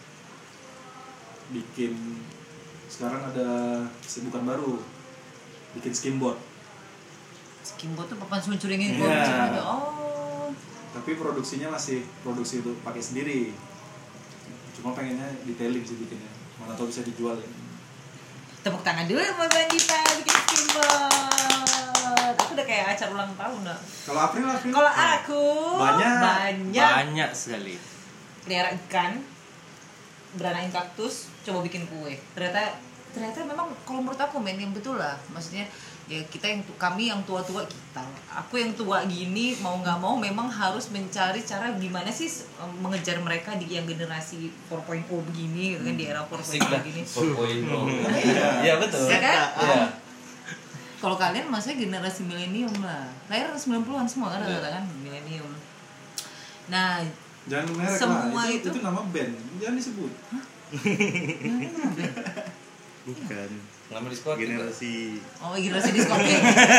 bikin sekarang ada kesibukan baru, bikin skimboard. Skimboard tuh papan suncuring ini Iya. Oh. Tapi produksinya masih produksi untuk pakai sendiri. Cuma pengennya detailing sih bikinnya. Mana tahu bisa dijual ya. Tepuk tangan dulu sama Bang Dipa bikin skimboard. Aku udah kayak acara ulang tahun dah. Kalau April April. Kalau aku Banyak. banyak Banyak sekali. pelihara ikan, beranain kaktus, coba bikin kue. Ternyata ternyata memang kalau menurut aku men yang betul lah. Maksudnya ya kita yang tu- kami yang tua-tua kita. Aku yang tua gini mau nggak mau memang harus mencari cara gimana sih eh, mengejar mereka di yang generasi empat titik nol begini gitu kan di era empat Asik titik nol lah. begini. empat titik nol. Iya betul. Ya kan? Iya. Kalau kalian maksudnya generasi milenium lah. Lahir sembilan puluhan semua kan Iya. rata-rata kan milenium. Nah, Jangan merek Semua lah. Itu, itu- itu nama band. Jangan disebut. Bukan. Nama diskotik. Generasi oh generasi diskotik.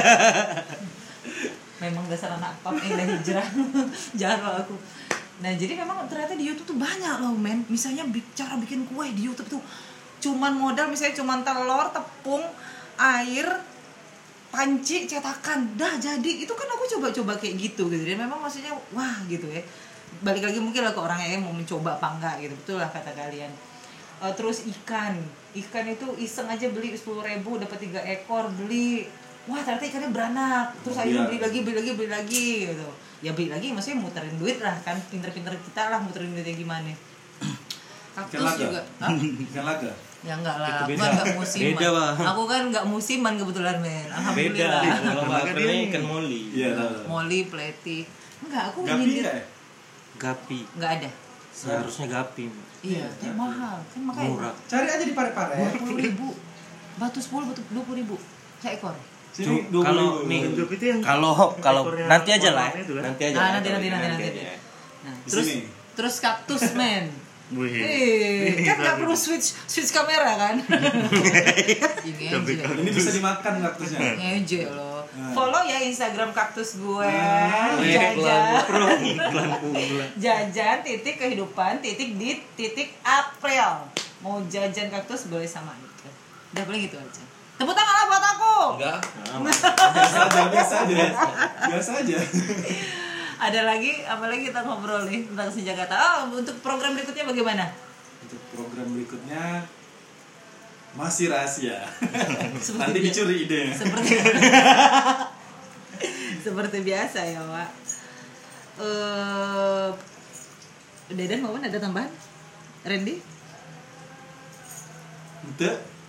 Memang dasar anak pop yang udah hijrah. Jangan loh aku. Nah jadi memang ternyata di YouTube tuh banyak loh men. Misalnya bi- cara bikin kue di YouTube tuh cuman modal misalnya cuman telur, tepung, air, panci cetakan dah jadi. Itu kan aku coba-coba kayak gitu gitu. Dan memang maksudnya wah gitu ya. Balik lagi mungkin lah ke orangnya yang mau mencoba apa enggak gitu. Betul lah kata kalian. Uh, terus ikan ikan itu iseng aja beli sepuluh ribu dapat tiga ekor, beli wah ternyata ikannya beranak, terus akhirnya beli lagi beli lagi beli lagi gitu ya, beli lagi maksudnya muterin duit lah kan, pinter-pinter kita lah muterin duitnya gimana. Kaktus juga ikan laga ya enggak lah, aku kan enggak musiman. Beda, Bang. Aku kan enggak musiman kebetulan men, alhamdulillah. Beda. Kalau makan ini ikan moli. iya Moli, pleti enggak, aku gapi nyindir nggak ya Gapi. enggak ada. Seharusnya gapi. Iya, ya, mahal kan makanya Murah. cari aja di pare-pare dua puluh ribu batu sepuluh batu dua puluh ribu seekor. sini Cuk, kalau nih Gapi itu yang kalau kalau ekornya nanti aja lah, warna itu kan? nanti aja. Nah, lah, nanti nanti kalau nanti nanti. aja. Nah, Di terus sini. terus kaktus men. Wih. Eh, kan nggak perlu switch switch kamera kan? Ini aja. ini bisa dimakan kaktusnya Ngeje loh. Nah. Follow ya Instagram kaktus gue. Nah, Jajan. Iklan pula. Jajan titik kehidupan titik di titik April. Mau jajan kaktus boleh sama itu. Udah boleh gitu aja. Tepuk tangan lah buat aku. Enggak. biasa aja biasa aja biasa aja Ada lagi apa lagi kita ngobrol nih tentang Senjakata. Oh, untuk program berikutnya bagaimana? untuk program berikutnya masih rahasia Seperti nanti bi- dicuri idenya Seperti Seperti biasa ya, Pak. Eh Dedan mau ada tambahan? Randy? Ente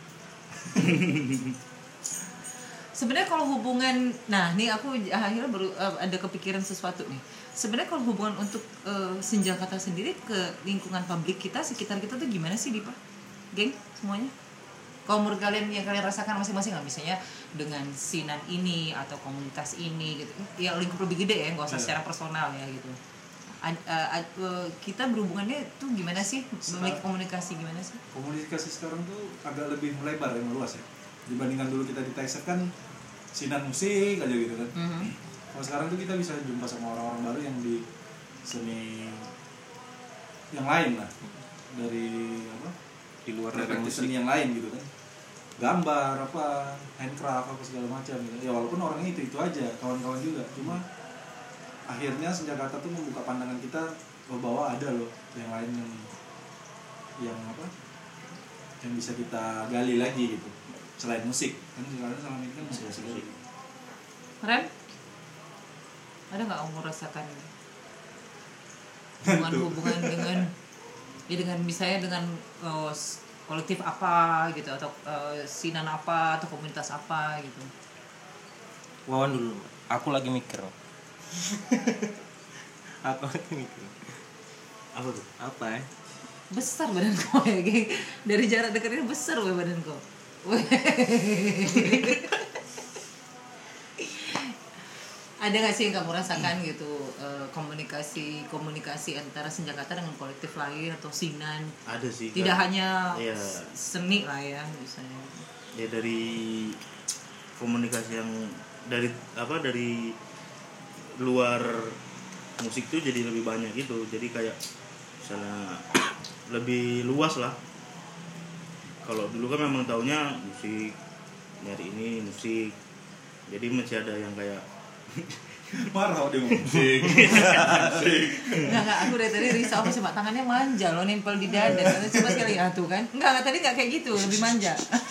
Sebenarnya kalau hubungan, nah nih aku akhirnya baru uh, ada kepikiran sesuatu nih. Sebenarnya kalau hubungan untuk uh, Senjakata sendiri ke lingkungan publik kita, sekitar kita tuh gimana sih, Dipa? Geng, semuanya? Kalau menurut kalian yang kalian rasakan masing-masing lah, misalnya dengan sinan ini atau komunitas ini gitu. Ya lingkup lebih gede ya, nggak usah secara personal ya gitu. Ad, uh, ad, uh, kita berhubungannya tuh gimana sih? Memiliki komunikasi gimana sih? komunikasi sekarang tuh agak lebih melebar dan meluas ya dibandingkan dulu kita di Taisep kan sinan musik aja gitu kan. Mhm. Kalau sekarang tuh kita bisa jumpa sama orang-orang baru yang di seni yang lain lah, dari apa Di luar dari perspektif musik. seni yang lain gitu kan, gambar apa handcraft apa segala macam gitu ya, walaupun orangnya itu itu aja kawan-kawan juga, cuma akhirnya Senjakata tuh membuka pandangan kita oh, bahwa ada loh yang lain yang yang apa yang bisa kita gali lagi gitu selain musik kan sekarang selama ini kan musik musik Ren? Ada nggak kamu merasakan hubungan-hubungan dengan ya dengan misalnya dengan uh, s- kolektif apa gitu atau uh, sinan apa atau komunitas apa gitu? Wawan dulu. Aku lagi mikir. Aku lagi mikir. Apa tuh? Apa ya? Besar badan kau ya, geng. Dari jarak dekat ini besar weh badan kau. Weh. Ada nggak sih yang kamu rasakan gitu eh, komunikasi komunikasi antara Senjakata dengan kolektif lain atau sinan? Ada sih. Tidak Kak. hanya Iya. seni lah ya misalnya. Ya dari komunikasi yang dari apa dari luar musik tuh jadi lebih banyak gitu, jadi kayak misalnya lebih luas lah. Kalau dulu kan memang taunya musik, nyari ini musik, jadi masih ada yang kayak marah dia ngomong musik Enggak, enggak, aku dari tadi risau coba tangannya manja loh nempel di dada. Karena coba sekali ah tuh kan. Enggak, enggak tadi enggak kayak gitu, lebih manja.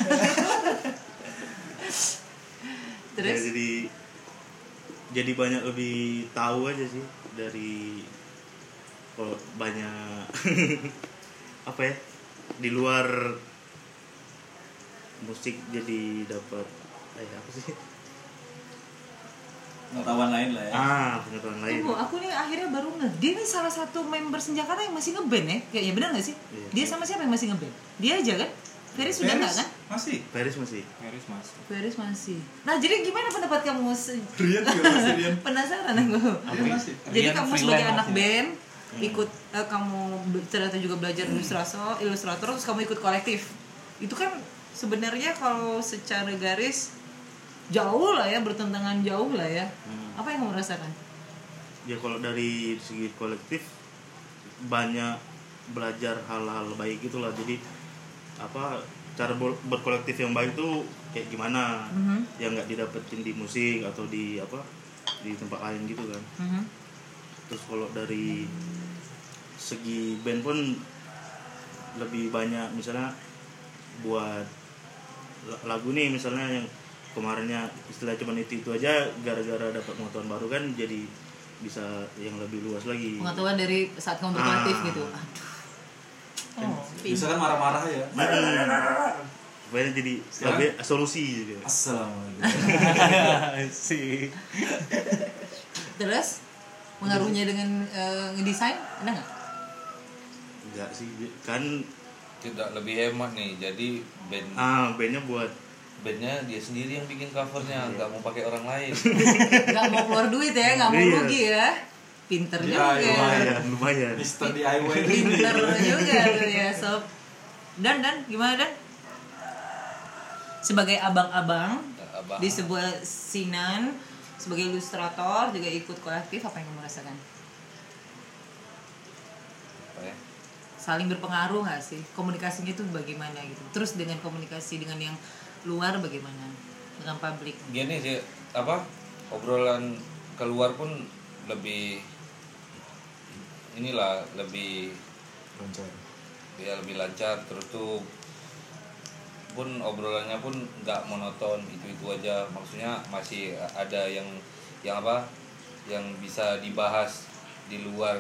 ya, Terus jadi jadi banyak lebih tahu aja sih dari kalau banyak apa ya di luar musik, jadi dapat eh apa sih pengetahuan lain lah ya. ah pengetahuan lain. Tunggu, aku nih akhirnya baru nge. Dia nih salah satu member Senjakata yang masih ngeband ya. Kayaknya benar nggak sih? Iya. Dia sama siapa yang masih ngeband? Dia aja kan? Feris sudah nggak kan? Masih. Paris masih Garis masuk. Feris masih. Nah jadi gimana pendapat kamu? Se- Rian juga masih Rian. Penasaran aku. Rian masih. Jadi Rian kamu freelance sebagai anak masih. band ikut eh, kamu be- ternyata juga belajar ilustrator, ilustrator terus kamu ikut kolektif. Itu kan sebenarnya kalau secara garis jauh lah ya, bertentangan jauh lah ya. Hmm. Apa yang kamu rasakan? Ya kalau dari segi kolektif banyak belajar hal-hal baik itulah, jadi apa cara ber- berkolektif yang baik tuh kayak gimana, Mhm. yang nggak didapetin di musik atau di apa di tempat lain gitu kan. Mhm. Terus kalau dari segi band pun lebih banyak misalnya buat la- lagu nih misalnya yang kemarinnya istilah cuman itu itu aja, gara-gara dapat pengetahuan baru kan jadi bisa yang lebih luas lagi. Pengetahuan dari saat kamu berkreatif Ah. gitu. Aduh. Oh, Bisa kan marah-marah ya. Supaya jadi Sekarang? lebih solusi gitu. Assalamualaikum. sih Terus pengaruhnya dengan eh, ngedesain ada nggak? Enggak sih kan Tidak, lebih hemat nih. Jadi band ah bandnya buat bandnya dia sendiri yang bikin covernya, nggak mau pakai orang lain. Nggak mau keluar duit ya, nggak mau Iya. rugi ya. Pinter Ya, juga. lumayan lumayan. Mister D I Y ini. Pinter juga tuh ya sob. Dan dan gimana dan? Sebagai abang-abang Abang. di sebuah sinan, sebagai ilustrator juga ikut kolektif, apa yang kamu rasakan? Apa ya? Saling berpengaruh nggak sih? Komunikasinya tuh bagaimana gitu? Terus dengan komunikasi dengan yang luar bagaimana? Dengan publik? Gini sih, apa obrolan keluar pun lebih inilah lebih Lancar. ya lebih lancar, terus tuh pun obrolannya pun nggak monoton itu itu aja, maksudnya masih ada yang yang apa yang bisa dibahas di luar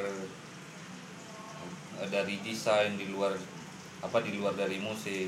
dari desain, di luar apa di luar dari musik.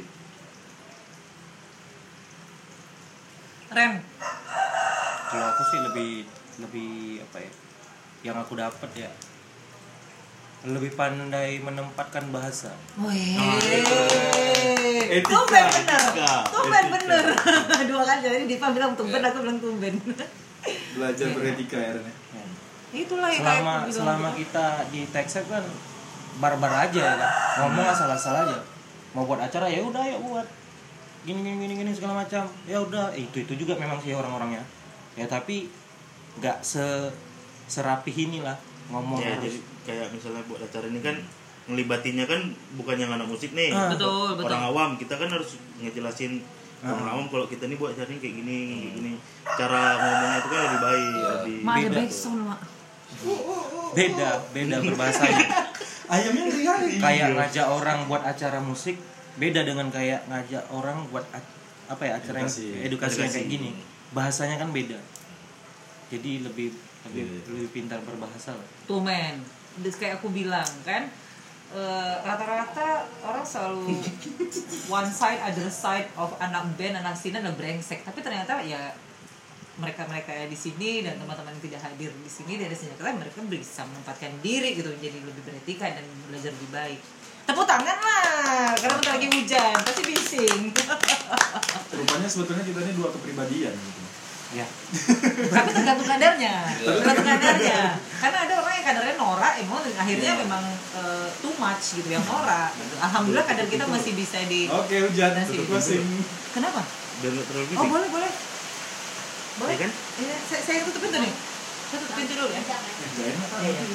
Ren, kalau aku sih lebih lebih apa ya yang aku dapat ya lebih pandai menempatkan bahasa. wih, Etika. tumben bener, Etika. tumben Etika. bener, dua kali jadi Diva bilang tumben, aku bilang tumben. Belajar beretika ya Ren. Itulah yang kayak selama aku bilang selama gitu. kita di Texas kan barbar aja ya kan, ngomong asal-asal aja, mau buat acara ya udah ya buat gini gini gini gini segala macam, ya udah eh, itu itu juga memang sih orang-orangnya ya, tapi nggak se serapih inilah ngomong Ya, terus. jadi kayak misalnya buat acara ini kan ngelibatinya kan bukan yang anak musik nih. Ah. Betul, betul. Orang awam kita kan harus ngejelasin orang awam kalau kita ini buat acara ini kayak gini, kayak gini. Cara ngomongnya itu kan lebih baik, lebih Mak ada Beda. backsound mak. beda beda berbahasanya. Ayamnya hari. Kayak ngajak orang buat acara musik beda dengan kayak ngajak orang buat a- apa ya acara Edukasi. yang edukasi yang kayak Edukasi. gini, bahasanya kan beda, jadi lebih lebih Iya. lebih pintar berbahasa lah. Tuh men, Terus kayak aku bilang kan, eh, rata-rata orang selalu one side other side of anak band, anak sini adalah brengsek, tapi ternyata ya mereka-mereka yang di sini dan teman-teman yang tidak hadir di sini dari sini kalian mereka bisa menempatkan diri gitu menjadi lebih beretika dan belajar lebih baik. Tepuk tangan lah, karena bentar lagi hujan, pasti bising. Rupanya sebetulnya kita ini dua kepribadian gitu. Ya, Tapi tergantung kadarnya, tergantung kadarnya. Karena ada orang yang kadarnya norak, emang akhirnya memang eh, too much gitu yang norak. Gitu. Alhamdulillah kadar kita masih bisa di. Oke, hujan. Nasi. Tutup closing. Kenapa? biar nggak terlalu Oh bising. boleh boleh. Boleh Iya kan? Iya, saya, saya tutup pintu nih. Saya tutup pintu dulu ya. Eh, nggak enak. Iya, iya.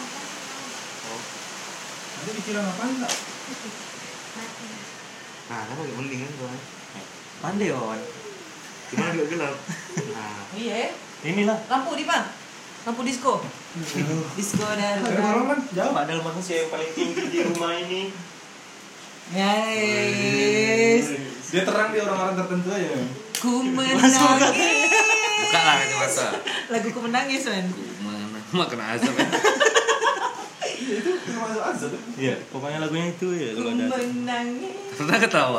Nanti dikira ngapain enggak? Nah, kan agak mending kan soalnya. pandai Wawan. Gimana agak gelap. Nah, Oh iya ya. Inilah Lampu di bang. Lampu disco. Disco dan. Dari malam kan jauh. padahal manusia yang paling tinggi di rumah ini. Yes. Dia terang di orang-orang tertentu aja. Ku menangis. Buka lah kacamata. Lagu ku menangis men. Mana makan asap ya. Itu termasuk azab. ya? Iya, pokoknya lagunya itu ya Ku kalau ada. menangis. Pernah ketawa.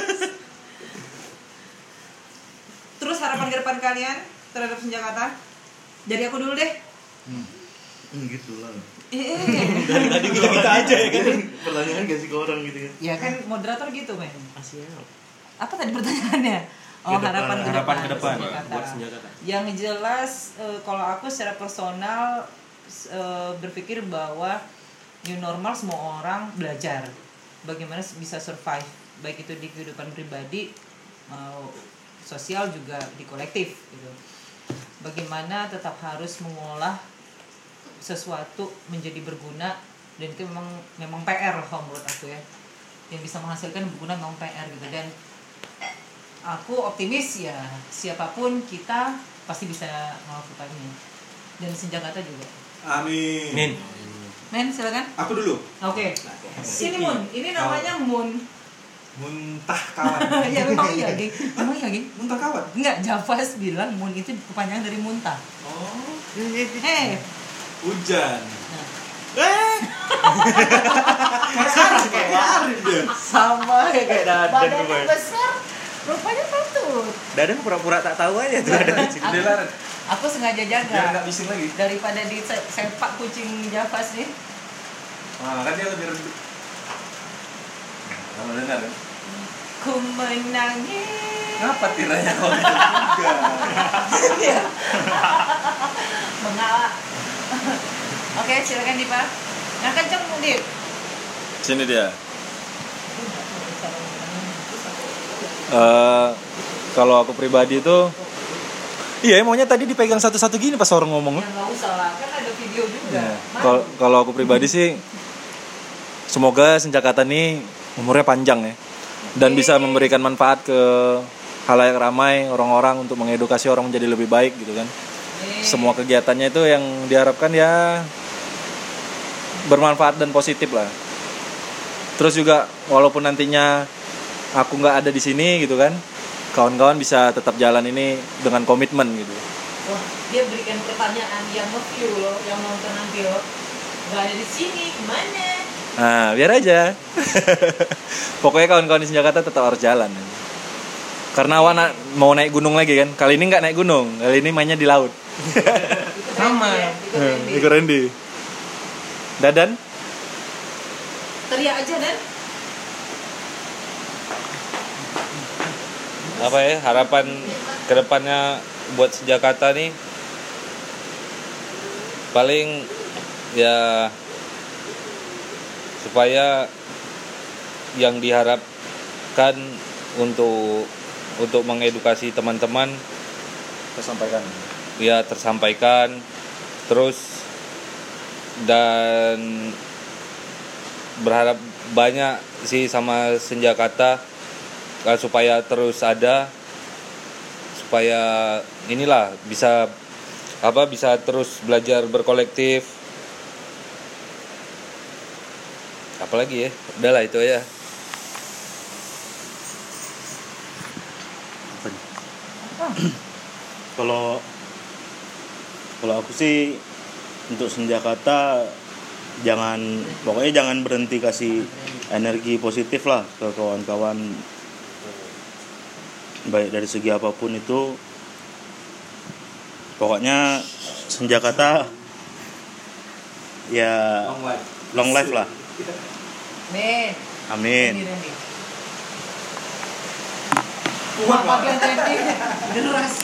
Terus harapan ke depan kalian terhadap Senjakata? Dari aku dulu deh. hmm, gitu lah. Eh, Tadi kita kita aja ya kan. Pertanyaan kasih ke orang gitu kan. ya kan moderator gitu men. Asyik. Apa tadi pertanyaannya? Oh, Ke depan. harapan ke Harapan depan, ke depan Senjakata. buat Senjakata. Yang jelas eh, kalau aku secara personal eh, berpikir bahwa new normal semua orang belajar bagaimana bisa survive, baik itu di kehidupan pribadi, mau sosial juga di kolektif gitu. Bagaimana tetap harus mengolah sesuatu menjadi berguna, dan itu memang memang P R kalau menurut aku ya. yang bisa menghasilkan berguna non P R gitu. Dan aku optimis ya siapapun kita pasti bisa melakukannya, dan Senjakata juga. Amin. Min. Men, silakan. Aku dulu. Oke. Sini Mun, ini namanya Mun. Muntah kawan. Ya memang iya, geng. Memang iya, geng. Muntah kawan. Enggak, Javas bilang Mun itu kepanjangan dari muntah. Oh. Eh, Hujan. nah, Kayak Arif dia. Sama ya kayak Dadan badannya gue. besar, rupanya patut. Dadan pura-pura tak tahu aja tuh ada di sini. Udah lah. Aku sengaja Biar jaga nggak bising lagi. daripada di sepak kucing Javas nih. Nah, kan dia lebih redup. Kamu dengar kan? Ku menangis. Ngapa tiranya kau gitu juga? Iya. Mengalah. Oke, silakan Dipa. Yang kenceng Dip. Sini dia. Eh, kalau aku pribadi itu, iya maunya tadi dipegang satu-satu gini pas orang ngomong. Ya nggak usah lah, kan ada video juga. Nah, Mana? Kalau kalau aku pribadi sih, semoga Senjakata ini umurnya panjang ya, dan bisa memberikan manfaat ke halayak ramai, orang-orang, untuk mengedukasi orang menjadi lebih baik gitu kan. Nih. Semua kegiatannya itu yang diharapkan ya bermanfaat dan positif lah. Terus juga walaupun nantinya aku nggak ada di sini gitu kan, kawan-kawan bisa tetap jalan ini dengan komitmen gitu. Wah, dia berikan pertanyaan yang nge-view loh, yang nonton nanti loh. Gak ada di sini, kemana? Nah, biar aja. Pokoknya kawan-kawan di Senjakata tetap harus jalan. Karena Awan na- mau naik gunung lagi kan. Kali ini nggak naik gunung, kali ini mainnya di laut. Ikut Sama. Randy ya, ikut Randy. Ikut Randy. Dadan? Teriak aja Dan. Apa ya harapan kedepannya buat Senjakata nih, paling ya supaya yang diharapkan untuk untuk mengedukasi teman-teman Tersampaikan. ya tersampaikan terus, dan berharap banyak sih sama Senjakata uh, supaya terus ada, supaya inilah bisa apa bisa terus belajar berkolektif, apalagi ya udahlah itu ya. Kalau kalau aku sih untuk Senjakata jangan, pokoknya jangan berhenti kasih energi positif lah ke kawan-kawan, baik dari segi apapun itu. Pokoknya Senjakata ya Long life. long life lah. Men. Amin. Randy, Randy. Wah, bagian Randy. Deras.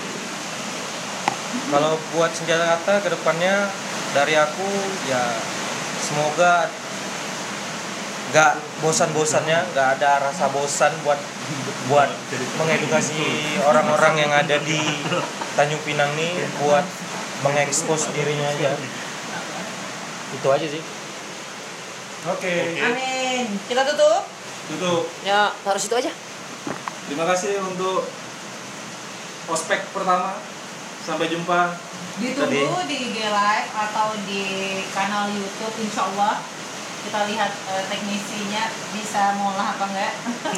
Kalau buat Senjakata ke depannya dari aku ya semoga nggak bosan-bosannya, nggak ada rasa bosan buat buat mengedukasi orang-orang yang ada di Tanjung Pinang nih, buat mengekspos dirinya aja. Itu aja sih. Oke. Amin. Kita tutup. Tutup. Ya, taruh situ aja. Terima kasih untuk ospek pertama. Sampai jumpa. Ditunggu di I G Live atau di kanal YouTube, insya Allah kita lihat eh, teknisinya bisa ngolah apa enggak.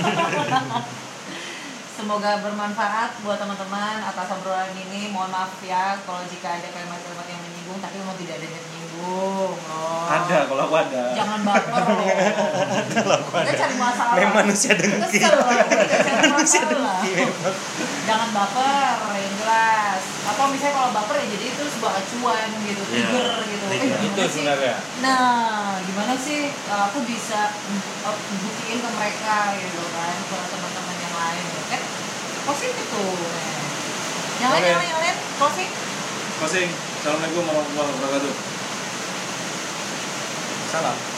Semoga bermanfaat buat teman-teman atas obrolan ini. Mohon maaf ya kalau jika ada kalimat-kalimat yang menyinggung, tapi memang tidak ada yang menyinggung loh. Ada kalau aku ada. Jangan baper loh. Kita cari masalah. Memang manusia dengki. Kesel loh. Kita cari Manusia masalah. dengki memang. Jangan baper, yang jelas. Atau misalnya kalau baper ya jadi itu sebuah acuan gitu, Iya, trigger gitu. Eh, trigger. gimana Itu sih? sebenarnya. Nah, gimana sih uh, aku bisa uh, buktiin ke mereka gitu kan, ke teman-teman yang lain gitu kan. Positif tuh. Yang lain, Oke. yang lain, yang lain, closing. Closing. Assalamualaikum warahmatullahi wabarakatuh. Salam.